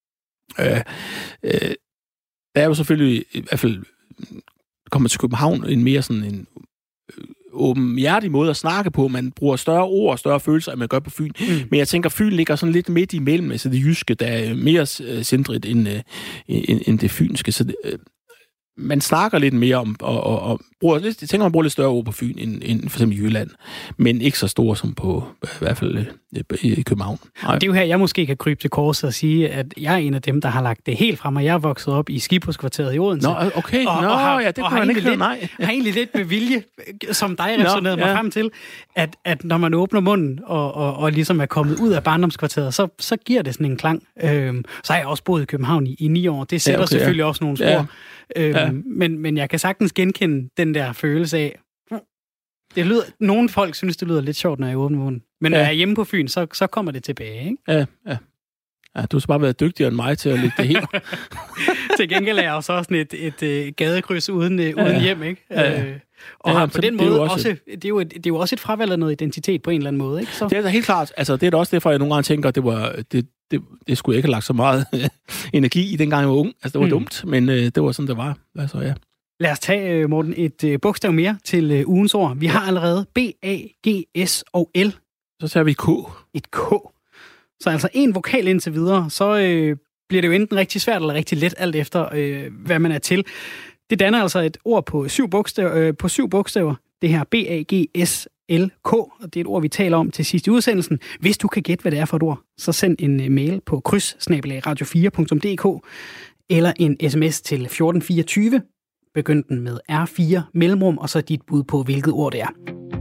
Speaker 3: der er jo selvfølgelig i hvert fald... kommer til København en mere sådan en åbenhjertig måde at snakke på. Man bruger større ord og større følelser, end man gør på Fyn. Men jeg tænker, Fyn ligger sådan lidt midt imellem. Altså det jyske, der er mere centret end det fynske. Så man snakker lidt mere om, og bruger lidt, jeg tænker, man bruger lidt større ord på Fyn, end for eksempel i Jylland, men ikke så stor som på, i hvert fald i København. Nej.
Speaker 1: Det er jo her, jeg måske kan krybe til korset og sige, at jeg er en af dem, der har lagt det helt frem, og jeg er vokset op i Skiphus-kvarteret i Odense.
Speaker 3: Nå, okay.
Speaker 1: Det kunne man ikke høre, nej. Har egentlig lidt med vilje, som dig resonerede mig frem til, at når man åbner munden og ligesom er kommet ud af barndomskvarteret, så giver det sådan en klang. Så har jeg også boet i København i 9 år. Det sætter selvfølgelig også nogle spor. Men jeg kan sagtens genkende den der følelse af, det lyder, nogle folk synes, det lyder lidt sjovt, når jeg åbner munden. Men når jeg er hjemme på Fyn, så kommer det tilbage, ikke?
Speaker 3: Ja, du har bare været dygtigere end mig til at lægge det helt.
Speaker 1: Til gengæld er jeg jo så sådan et gadekryds uden hjem, ikke? Og på den måde også, det er jo også et fravalg af noget identitet på en eller anden måde, ikke? Så.
Speaker 3: Det er da helt klart. Altså, det er da også derfor, jeg nogle gange tænker, at det skulle jeg ikke have lagt så meget energi i, dengang jeg var ung. Altså, det var dumt, men det var sådan, det var. Altså, ja.
Speaker 1: Lad os tage, Morten, et bogstav mere til ugens ord. Vi har allerede B, A, G, S og L.
Speaker 3: Så tager vi K.
Speaker 1: Et K. Så altså en vokal indtil videre, så bliver det jo enten rigtig svært eller rigtig let, alt efter, hvad man er til. Det danner altså et ord på 7 bogstaver. Det her B, A, G, S, L, K, og det er et ord, vi taler om til sidst i udsendelsen. Hvis du kan gætte, hvad det er for et ord, så send en mail på kryds@radio4.dk eller en sms til 1424. Begynd den med R4 mellemrum, og så dit bud på, hvilket ord det er.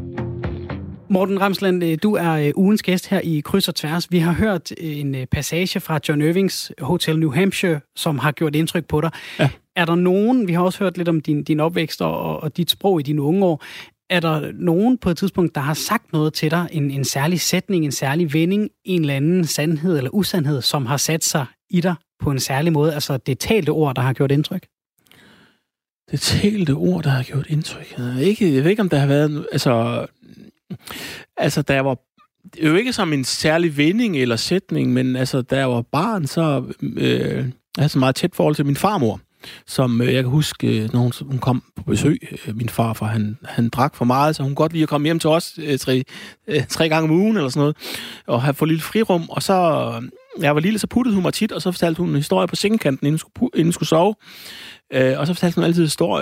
Speaker 1: Morten Ramsland, du er ugens gæst her i Kryds og Tværs. Vi har hørt en passage fra John Irvings Hotel New Hampshire, som har gjort indtryk på dig. Ja. Er der nogen, vi har også hørt lidt om din opvækst og dit sprog i dine unge år, er der nogen på et tidspunkt, der har sagt noget til dig, en særlig sætning, en særlig vending, en eller anden sandhed eller usandhed, som har sat sig i dig på en særlig måde? Altså det talte ord, der har gjort indtryk?
Speaker 3: Det talte ord, der har gjort indtryk? Jeg ved ikke, om der har været... Altså, der var... Det er jo ikke som en særlig vending eller sætning, men altså, da jeg var barn, så... jeg havde så meget tæt forhold til min farmor, som jeg kan huske, når hun kom på besøg. Min farfar, han drak for meget, så hun godt lide at komme hjem til os 3 gange om ugen eller sådan noget, og have fået lille frirum, og så... Jeg var lille, så puttede hun mig tit, og så fortalte hun en historie på sengekanten, inden hun skulle sove. Og så fortalte hun altid historier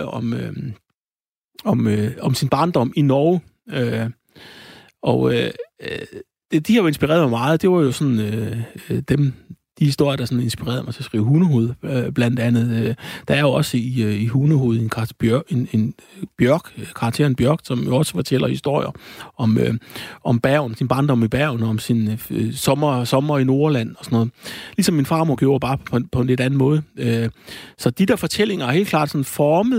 Speaker 3: om sin barndom i Norge. De har jo inspireret mig meget. Det var jo sådan de historier, der sådan inspirerede mig til at skrive Hundehoved, blandt andet. Der er jo også i Hundehoved karakteren Bjørk, som jo også fortæller historier om Bergen, sin barndom i Bergen, og om sin sommer i Nordland og sådan noget. Ligesom min farmor gjorde, bare på en lidt anden måde. Så de der fortællinger har helt klart sådan formet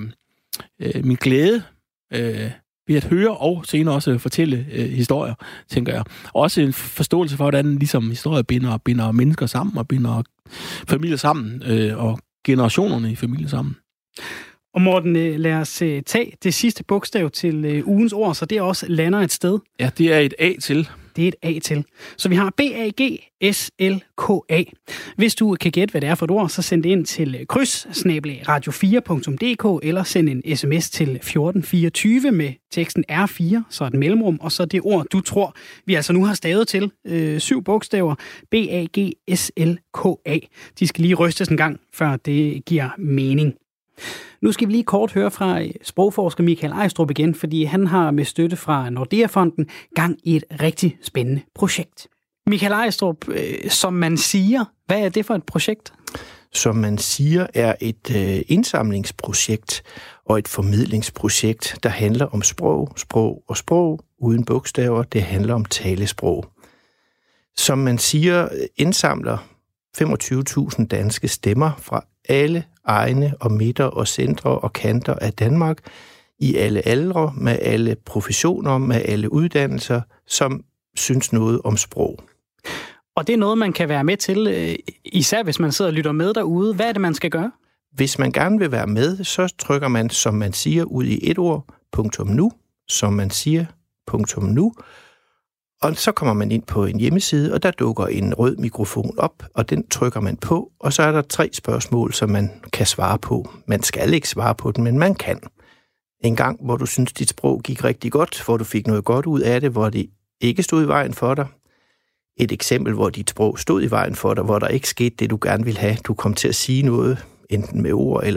Speaker 3: min glæde ved at høre og senere også fortælle historier, tænker jeg. Også en forståelse for, hvordan ligesom historier binder mennesker sammen og binder familier sammen og generationerne i familien sammen.
Speaker 1: Og Morten, lad os tage det sidste bogstav til ugens ord, så det også lander et sted.
Speaker 3: Ja, det er et A til.
Speaker 1: Det er et A til. Så vi har B-A-G-S-L-K-A. Hvis du kan gætte, hvad det er for et ord, så send det ind til kryds@radio4.dk eller send en sms til 1424 med teksten R4, så et mellemrum, og så det ord, du tror, vi altså nu har stavet til. 7 bogstaver. B-A-G-S-L-K-A. De skal lige rystes en gang, før det giver mening. Nu skal vi lige kort høre fra sprogforsker Michael Ejstrup igen, fordi han har med støtte fra Nordea-fonden gang i et rigtig spændende projekt. Michael Ejstrup, som man siger, hvad er det for et projekt?
Speaker 6: Som man siger, er et indsamlingsprojekt og et formidlingsprojekt, der handler om sprog uden bogstaver. Det handler om talesprog. Som man siger, indsamler 25.000 danske stemmer fra alle egne og midter og centre og kanter af Danmark, i alle aldre, med alle professioner, med alle uddannelser, som synes noget om sprog.
Speaker 1: Og det er noget, man kan være med til, især hvis man sidder og lytter med derude. Hvad er det, man skal gøre?
Speaker 6: Hvis man gerne vil være med, så trykker man, som man siger, ud i et ord, .nu, som man siger, .nu, og så kommer man ind på en hjemmeside, og der dukker en rød mikrofon op, og den trykker man på, og så er der 3 spørgsmål, som man kan svare på. Man skal ikke svare på den, men man kan. En gang, hvor du synes, dit sprog gik rigtig godt, hvor du fik noget godt ud af det, hvor det ikke stod i vejen for dig. Et eksempel, hvor dit sprog stod i vejen for dig, hvor der ikke skete det, du gerne ville have. Du kom til at sige noget, enten med ord eller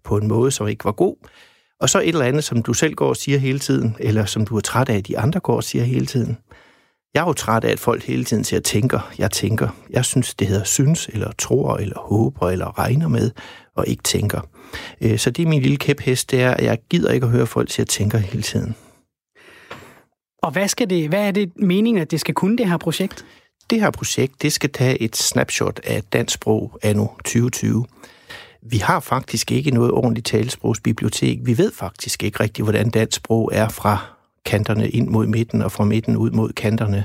Speaker 6: på en måde, som ikke var god. Og så et eller andet, som du selv går og siger hele tiden, eller som du er træt af, at de andre går og siger hele tiden. Jeg er jo træt af, at folk hele tiden siger, tænker. Jeg synes, det hedder synes, eller tror, eller håber, eller regner med, og ikke tænker. Så det er min lille kæphest, det er, at jeg gider ikke at høre folk sige, tænker hele tiden.
Speaker 1: Og hvad er det meningen, at det skal kunne, det her projekt?
Speaker 6: Det her projekt, det skal tage et snapshot af dansk sprog anno 2020. Vi har faktisk ikke noget ordentligt talesprogsbibliotek. Vi ved faktisk ikke rigtigt, hvordan dansk sprog er fra kanterne ind mod midten, og fra midten ud mod kanterne.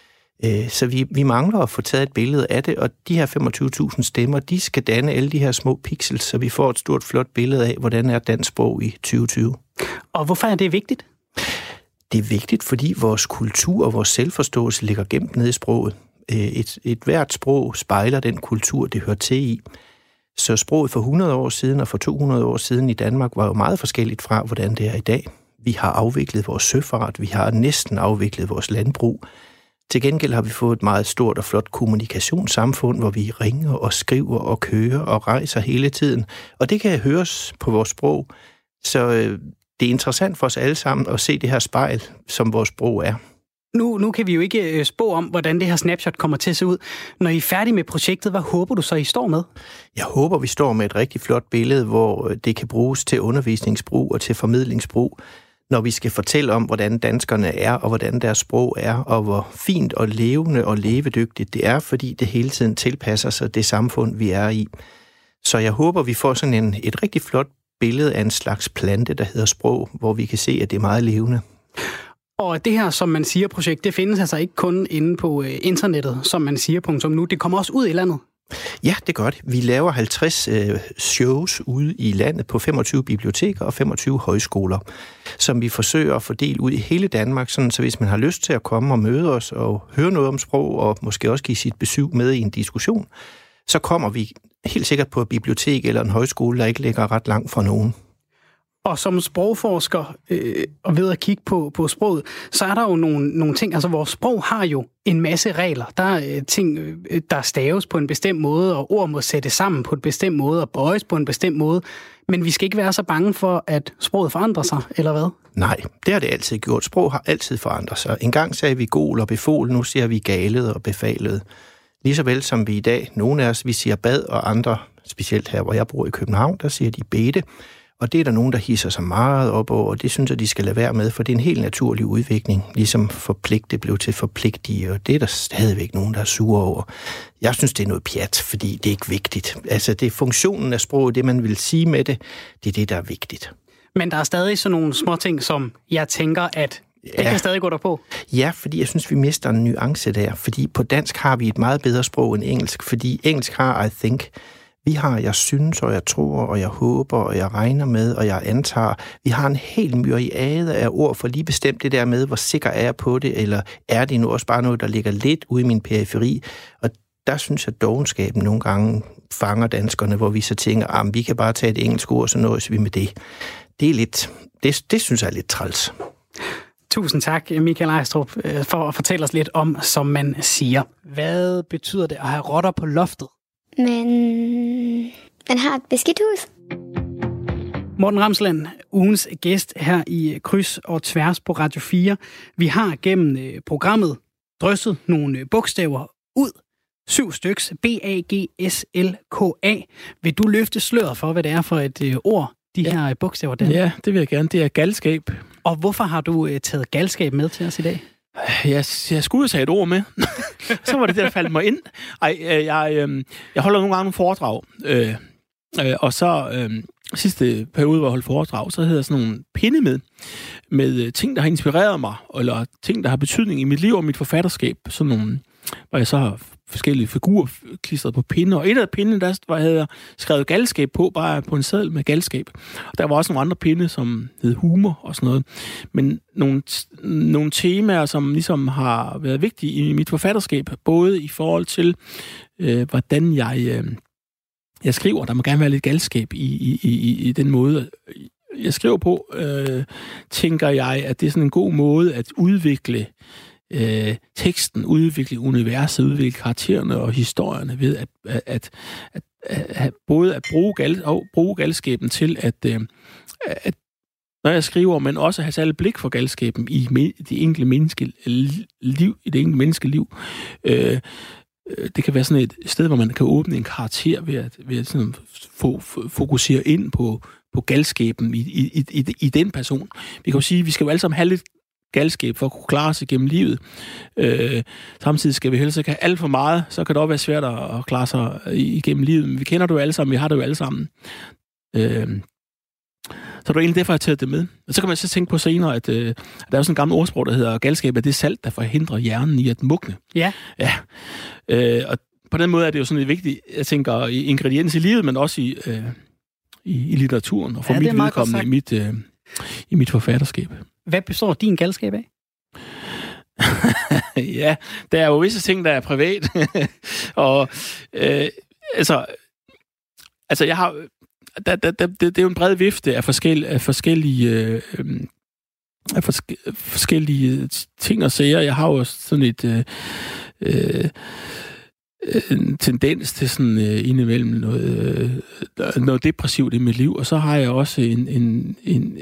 Speaker 6: Så vi mangler at få taget et billede af det, og de her 25.000 stemmer, de skal danne alle de her små pixels, så vi får et stort, flot billede af, hvordan er dansk sprog i 2020.
Speaker 1: Og hvorfor er det vigtigt?
Speaker 6: Det er vigtigt, fordi vores kultur og vores selvforståelse ligger gemt nede i sproget. Et hvert sprog spejler den kultur, det hører til i. Så sproget for 100 år siden og for 200 år siden i Danmark var jo meget forskelligt fra, hvordan det er i dag. Vi har afviklet vores søfart, vi har næsten afviklet vores landbrug. Til gengæld har vi fået et meget stort og flot kommunikationssamfund, hvor vi ringer og skriver og kører og rejser hele tiden. Og det kan høres på vores sprog. Så det er interessant for os alle sammen at se det her spejl, som vores sprog er.
Speaker 1: Nu kan vi jo ikke spå om, hvordan det her snapshot kommer til at se ud. Når I er færdige med projektet, hvad håber du så, I står med?
Speaker 6: Jeg håber, vi står med et rigtig flot billede, hvor det kan bruges til undervisningsbrug og til formidlingsbrug, når vi skal fortælle om, hvordan danskerne er, og hvordan deres sprog er, og hvor fint og levende og levedygtigt det er, fordi det hele tiden tilpasser sig det samfund, vi er i. Så jeg håber, vi får sådan et rigtig flot billede af en slags plante, der hedder sprog, hvor vi kan se, at det er meget levende.
Speaker 1: Og det her, som man siger, projekt, det findes altså ikke kun inde på internettet, som man siger .nu. Det kommer også ud i landet.
Speaker 6: Ja, det gør det. Vi laver 50 shows ude i landet på 25 biblioteker og 25 højskoler, som vi forsøger at fordele ud i hele Danmark, sådan så hvis man har lyst til at komme og møde os og høre noget om sprog, og måske også give sit besøg med i en diskussion, så kommer vi helt sikkert på et bibliotek eller en højskole, der ikke ligger ret langt fra nogen.
Speaker 1: Og som sprogforsker og ved at kigge på sproget, så er der jo nogle ting, altså vores sprog har jo en masse regler. Der er ting, der staves på en bestemt måde, og ord må sættes sammen på en bestemt måde, og bøjes på en bestemt måde. Men vi skal ikke være så bange for, at sproget forandrer sig, eller hvad? Nej,
Speaker 6: det har det altid gjort. Sprog har altid forandret sig. En gang sagde vi gol og befol, nu siger vi galet og befalet. Ligeså vel som vi i dag, nogle af os, vi siger bad, og andre, specielt her, hvor jeg bor i København, der siger de bede. Og det er der nogen, der hisser sig meget op over, og det synes jeg, de skal lade være med, for det er en helt naturlig udvikling, ligesom forpligte blev til forpligtige, og det er der stadigvæk nogen, der er sure over. Jeg synes, det er noget pjat, fordi det er ikke vigtigt. Altså, det er funktionen af sproget, det man vil sige med det, det er det, der er vigtigt.
Speaker 1: Men der er stadig sådan nogle små ting, som jeg tænker, at det kan stadig gå derpå.
Speaker 6: Ja, fordi jeg synes, vi mister en nuance der, fordi på dansk har vi et meget bedre sprog end engelsk, fordi engelsk har I think. Vi har, jeg synes, og jeg tror, og jeg håber, og jeg regner med, og jeg antager. Vi har en helt myriade af ord for lige bestemt det der med, hvor sikker er jeg på det, eller er det nu også bare noget, der ligger lidt ude i min periferi. Og der synes jeg, at dovenskaben nogle gange fanger danskerne, hvor vi så tænker, vi kan bare tage et engelsk ord, så nøjes vi med det. Det er lidt, det synes jeg er lidt træls.
Speaker 1: Tusind tak, Michael Ejstrup, for at fortælle os lidt om, som man siger. Hvad betyder det at have rotter på loftet?
Speaker 5: Man har et beskidt hus.
Speaker 1: Morten Ramsland, ugens gæst her i Kryds og Tværs på Radio 4. Vi har gennem programmet drysset nogle bogstaver ud. 7 styks. B-A-G-S-L-K-A. Vil du løfte sløret for, hvad det er for et ord, de her bogstaver der?
Speaker 3: Ja, det vil jeg gerne. Det er galskab.
Speaker 1: Og hvorfor har du taget galskab med til os i dag?
Speaker 3: Jeg skulle tage et ord med. Så var det der faldt mig ind. Jeg holder nogle gange nogle foredrag. Og så sidste periode, hvor jeg holdt foredrag, så havde jeg sådan nogle pinde med ting, der har inspireret mig, eller ting, der har betydning i mit liv og mit forfatterskab. Sådan nogle, hvor jeg så har forskellige figurer klistret på pinde. Og et af pindene, der havde jeg skrevet galskab på, bare på en seddel med galskab. Og der var også nogle andre pinde, som hed humor og sådan noget. Men nogle temaer, som ligesom har været vigtige i mit forfatterskab, både i forhold til, hvordan jeg skriver. Der må gerne være lidt galskab i den måde, jeg skriver på. Tænker jeg, at det er sådan en god måde at udvikle teksten, udvikle universet, udvikle karaktererne og historierne ved at både at bruge galskaben til at når jeg skriver, men også have særligt blik for galskaben i det enkelte menneskeliv. Det kan være sådan et sted, hvor man kan åbne en karakter ved at sådan fokusere ind på galskaben i den person. Vi kan jo sige, at vi skal jo alle sammen have lidt galskab for at kunne klare sig gennem livet. Samtidig skal vi helst ikke have alt for meget, så kan det også være svært at klare sig igennem livet. Men vi kender det jo alle sammen, vi har det jo alle sammen. Så det er egentlig derfor, jeg har taget det med. Og så kan man så tænke på senere, at der er jo sådan en gammel ordsprog, der hedder, galskab er det salt, der forhindrer hjernen i at mugne.
Speaker 1: Ja.
Speaker 3: Og på den måde er det jo sådan et vigtigt, jeg tænker, ingrediens i livet, men også i litteraturen, og for mit vedkommende i mit forfatterskab.
Speaker 1: Hvad består din galskab af?
Speaker 3: Ja, der er jo visse ting, der er privat. Og altså jeg har... Det er jo en bred vifte af forskellige ting og sager. Jeg har jo sådan en tendens til sådan indimellem noget depressivt i mit liv, og så har jeg også en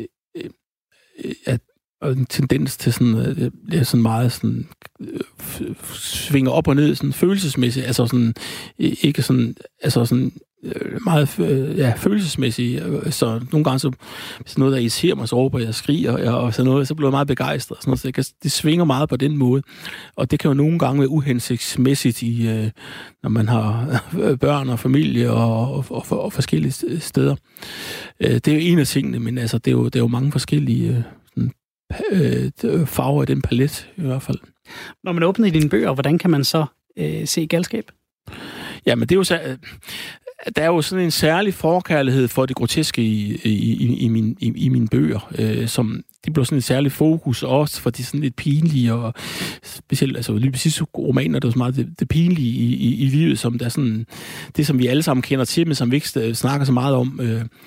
Speaker 3: tendens til sådan meget sådan svinger op og ned sådan følelsesmæssigt, altså sådan ikke sådan altså sådan meget følelsesmæssigt, så nogle gange så noget, der irriterer mig, så råber jeg og skriger, og sådan noget, så bliver jeg meget begejstret, og sådan noget, så det svinger meget på den måde, og det kan jo nogle gange være uhensigtsmæssigt, når man har børn og familie og forskellige steder. Det er jo en af tingene, men altså, det er jo mange forskellige farver i den palet, i hvert fald.
Speaker 1: Når man åbner dine bøger, hvordan kan man så se galskab?
Speaker 3: Jamen, det er jo så... Der er jo sådan en særlig forkærlighed for det groteske i mine bøger, som det bliver sådan en særlig fokus også for de sådan lidt pinlige, og specielt altså lige præcis romaner, der er så meget det pinlige i livet, som der er sådan det, som vi alle sammen kender til, men som vi ikke snakker så meget om.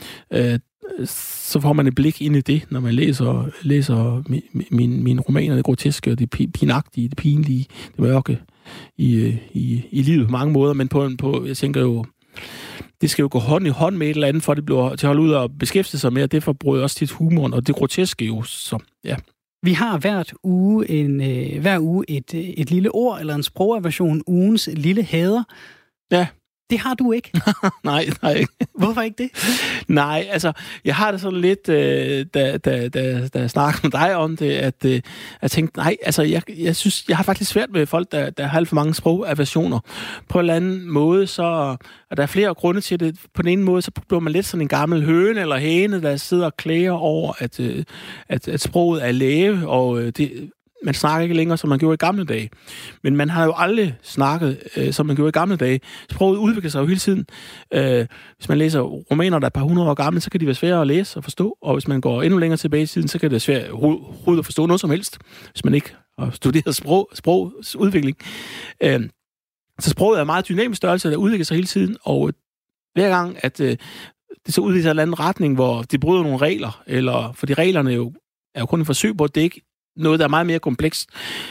Speaker 3: Så får man et blik ind i det, når man læser mine romaner, det groteske og det pinagtige, det pinlige, det mørke i livet på mange måder, men på jeg tænker jo, det skal jo gå hånd i hånd med et eller andet, for det bliver til at holde ud og beskæftige sig med, og det forbryder også tit humoren, og det groteske jo, så ja. Vi har
Speaker 1: hver uge et lille ord, eller en sprogaversion, ugens lille hader.
Speaker 3: Ja. Det
Speaker 1: har du ikke?
Speaker 3: Nej, ikke.
Speaker 1: Hvorfor ikke det?
Speaker 3: Nej, altså, jeg har det sådan lidt, da jeg snakker med dig om det, at jeg tænkte, nej, altså, jeg synes, jeg har faktisk svært med folk, der har alt for mange sprogaversioner. På en eller anden måde, så og der er flere grunde til det. På den ene måde, så bliver man lidt sådan en gammel høne eller hæne, der sidder og klager over, at sproget er lave, og man snakker ikke længere, som man gjorde i gamle dage. Men man har jo aldrig snakket, som man gjorde i gamle dage. Sproget udvikler sig jo hele tiden. Hvis man læser romaner, der er et par hundrede år gamle, så kan de være svære at læse og forstå. Og hvis man går endnu længere tilbage i tiden, så kan det være svært at forstå noget som helst, hvis man ikke har studeret sprogs udvikling. Så sproget er en meget dynamisk størrelse, der udvikler sig hele tiden. Og hver gang, at det så udvikler sig en anden retning, hvor de bryder nogle regler, eller fordi reglerne er jo kun et forsøg på, at det ikke noget, der er meget mere komplekst,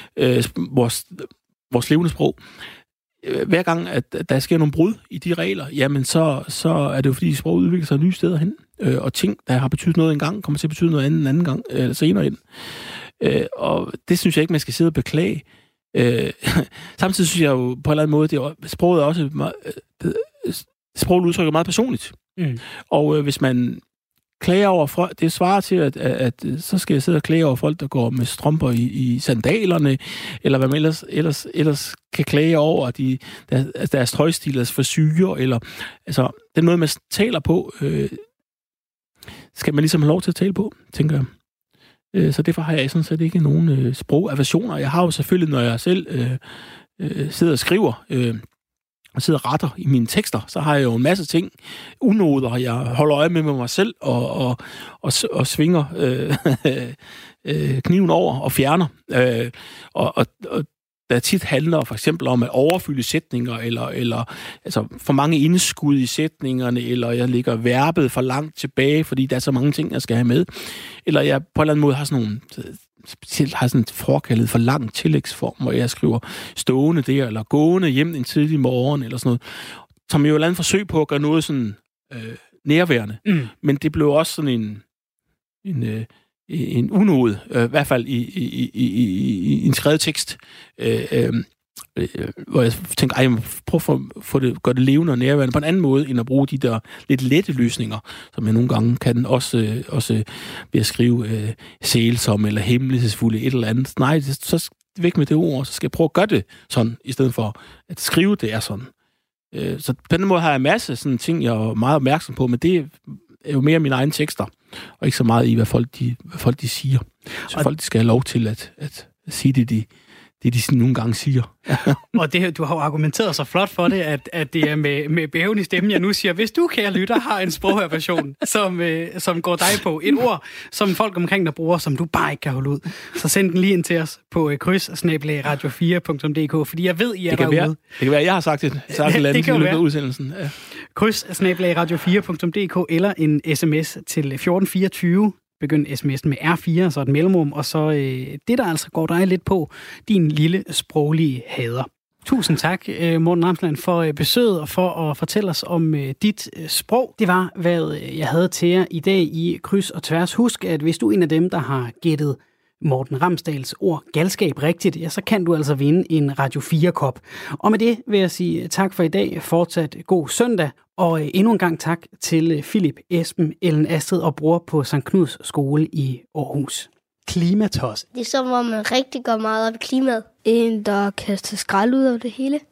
Speaker 3: vores levende sprog. Hver gang, at der sker nogle brud i de regler, jamen så er det jo, fordi sproget udvikler sig nye steder hen, og ting, der har betydet noget engang, kommer til at betyde noget andet en anden gang, eller senere ind. Og det synes jeg ikke, man skal sidde og beklage. Samtidig synes jeg jo på en eller anden måde, sproget er også sproget udtrykker meget personligt. Mm. Og hvis man klager over folk, det svarer til, at så skal jeg sidde og klage over folk, der går med strømper i sandalerne, eller hvad man ellers kan klage over, at deres tøjstil er for syge, eller altså, den måde, man taler på, skal man ligesom have lov til at tale på, tænker jeg. Så derfor har jeg sådan set ikke nogen sprogaversioner. Jeg har jo selvfølgelig, når jeg selv sidder og skriver, og sidder og retter i mine tekster, så har jeg jo en masse ting, unoder, jeg holder øje med mig selv, og svinger kniven over og fjerner. Og der tit handler for eksempel om at overfylde sætninger, eller altså for mange indskud i sætningerne, eller jeg ligger verbet for langt tilbage, fordi der er så mange ting, jeg skal have med. Eller jeg på en eller anden måde har sådan nogle specielt har sådan et forkaldet for lang tillægsform, hvor jeg skriver stående der, eller gående hjem en tidlig morgen, eller sådan noget, som jo et eller andet forsøg på at gøre noget sådan nærværende. Men det blev også sådan en unåde, i hvert fald i en skrevet tekst, hvor jeg tænker, jeg må prøve at gøre det levende og nærværende på en anden måde, end at bruge de der lidt lette løsninger, som jeg nogle gange kan også ved at skrive sælsomme eller hemmelighedsfulde et eller andet. Nej, så væk med det ord, så skal jeg prøve at gøre det sådan, i stedet for at skrive det er sådan. Så på den måde har jeg masser af sådan ting, jeg er meget opmærksom på, men det er jo mere mine egne tekster, og ikke så meget i, hvad folk de siger. Så folk de skal have lov til at sige det, de nogle gange siger.
Speaker 1: Og det, du har jo argumenteret så flot for det, at det er med bæven i stemmen, jeg nu siger, hvis du, kære lytter, har en sprogversion, som går dig på et ord, som folk omkring dig bruger, som du bare ikke kan holde ud, så send den lige ind til os på kryds@radio4.dk, fordi jeg ved, I er derude.
Speaker 3: Det kan være, jeg har sagt et eller andet i løbet af udsendelsen. Ja.
Speaker 1: kryds@radio4.dk eller en sms til 1424. Begynd sms'en med R4, så et mellemrum, og så det, der altså går dig lidt på, din lille sproglige hader. Tusind tak, Morten Ramsland, for besøget og for at fortælle os om dit sprog. Det var, hvad jeg havde til jer i dag i Kryds og Tværs. Husk, at hvis du er en af dem, der har gættet Morten Ramsdals ord galskab rigtigt, ja, så kan du altså vinde en Radio 4-kop. Og med det vil jeg sige tak for i dag. Fortsat god søndag. Og endnu en gang tak til Philip, Esben, Ellen Astrid og bror på Sankt Knuds skole i Aarhus. Klimatos.
Speaker 5: Det er som om man rigtig går meget op i klimaet.
Speaker 2: En, der kaster skrald ud af det hele.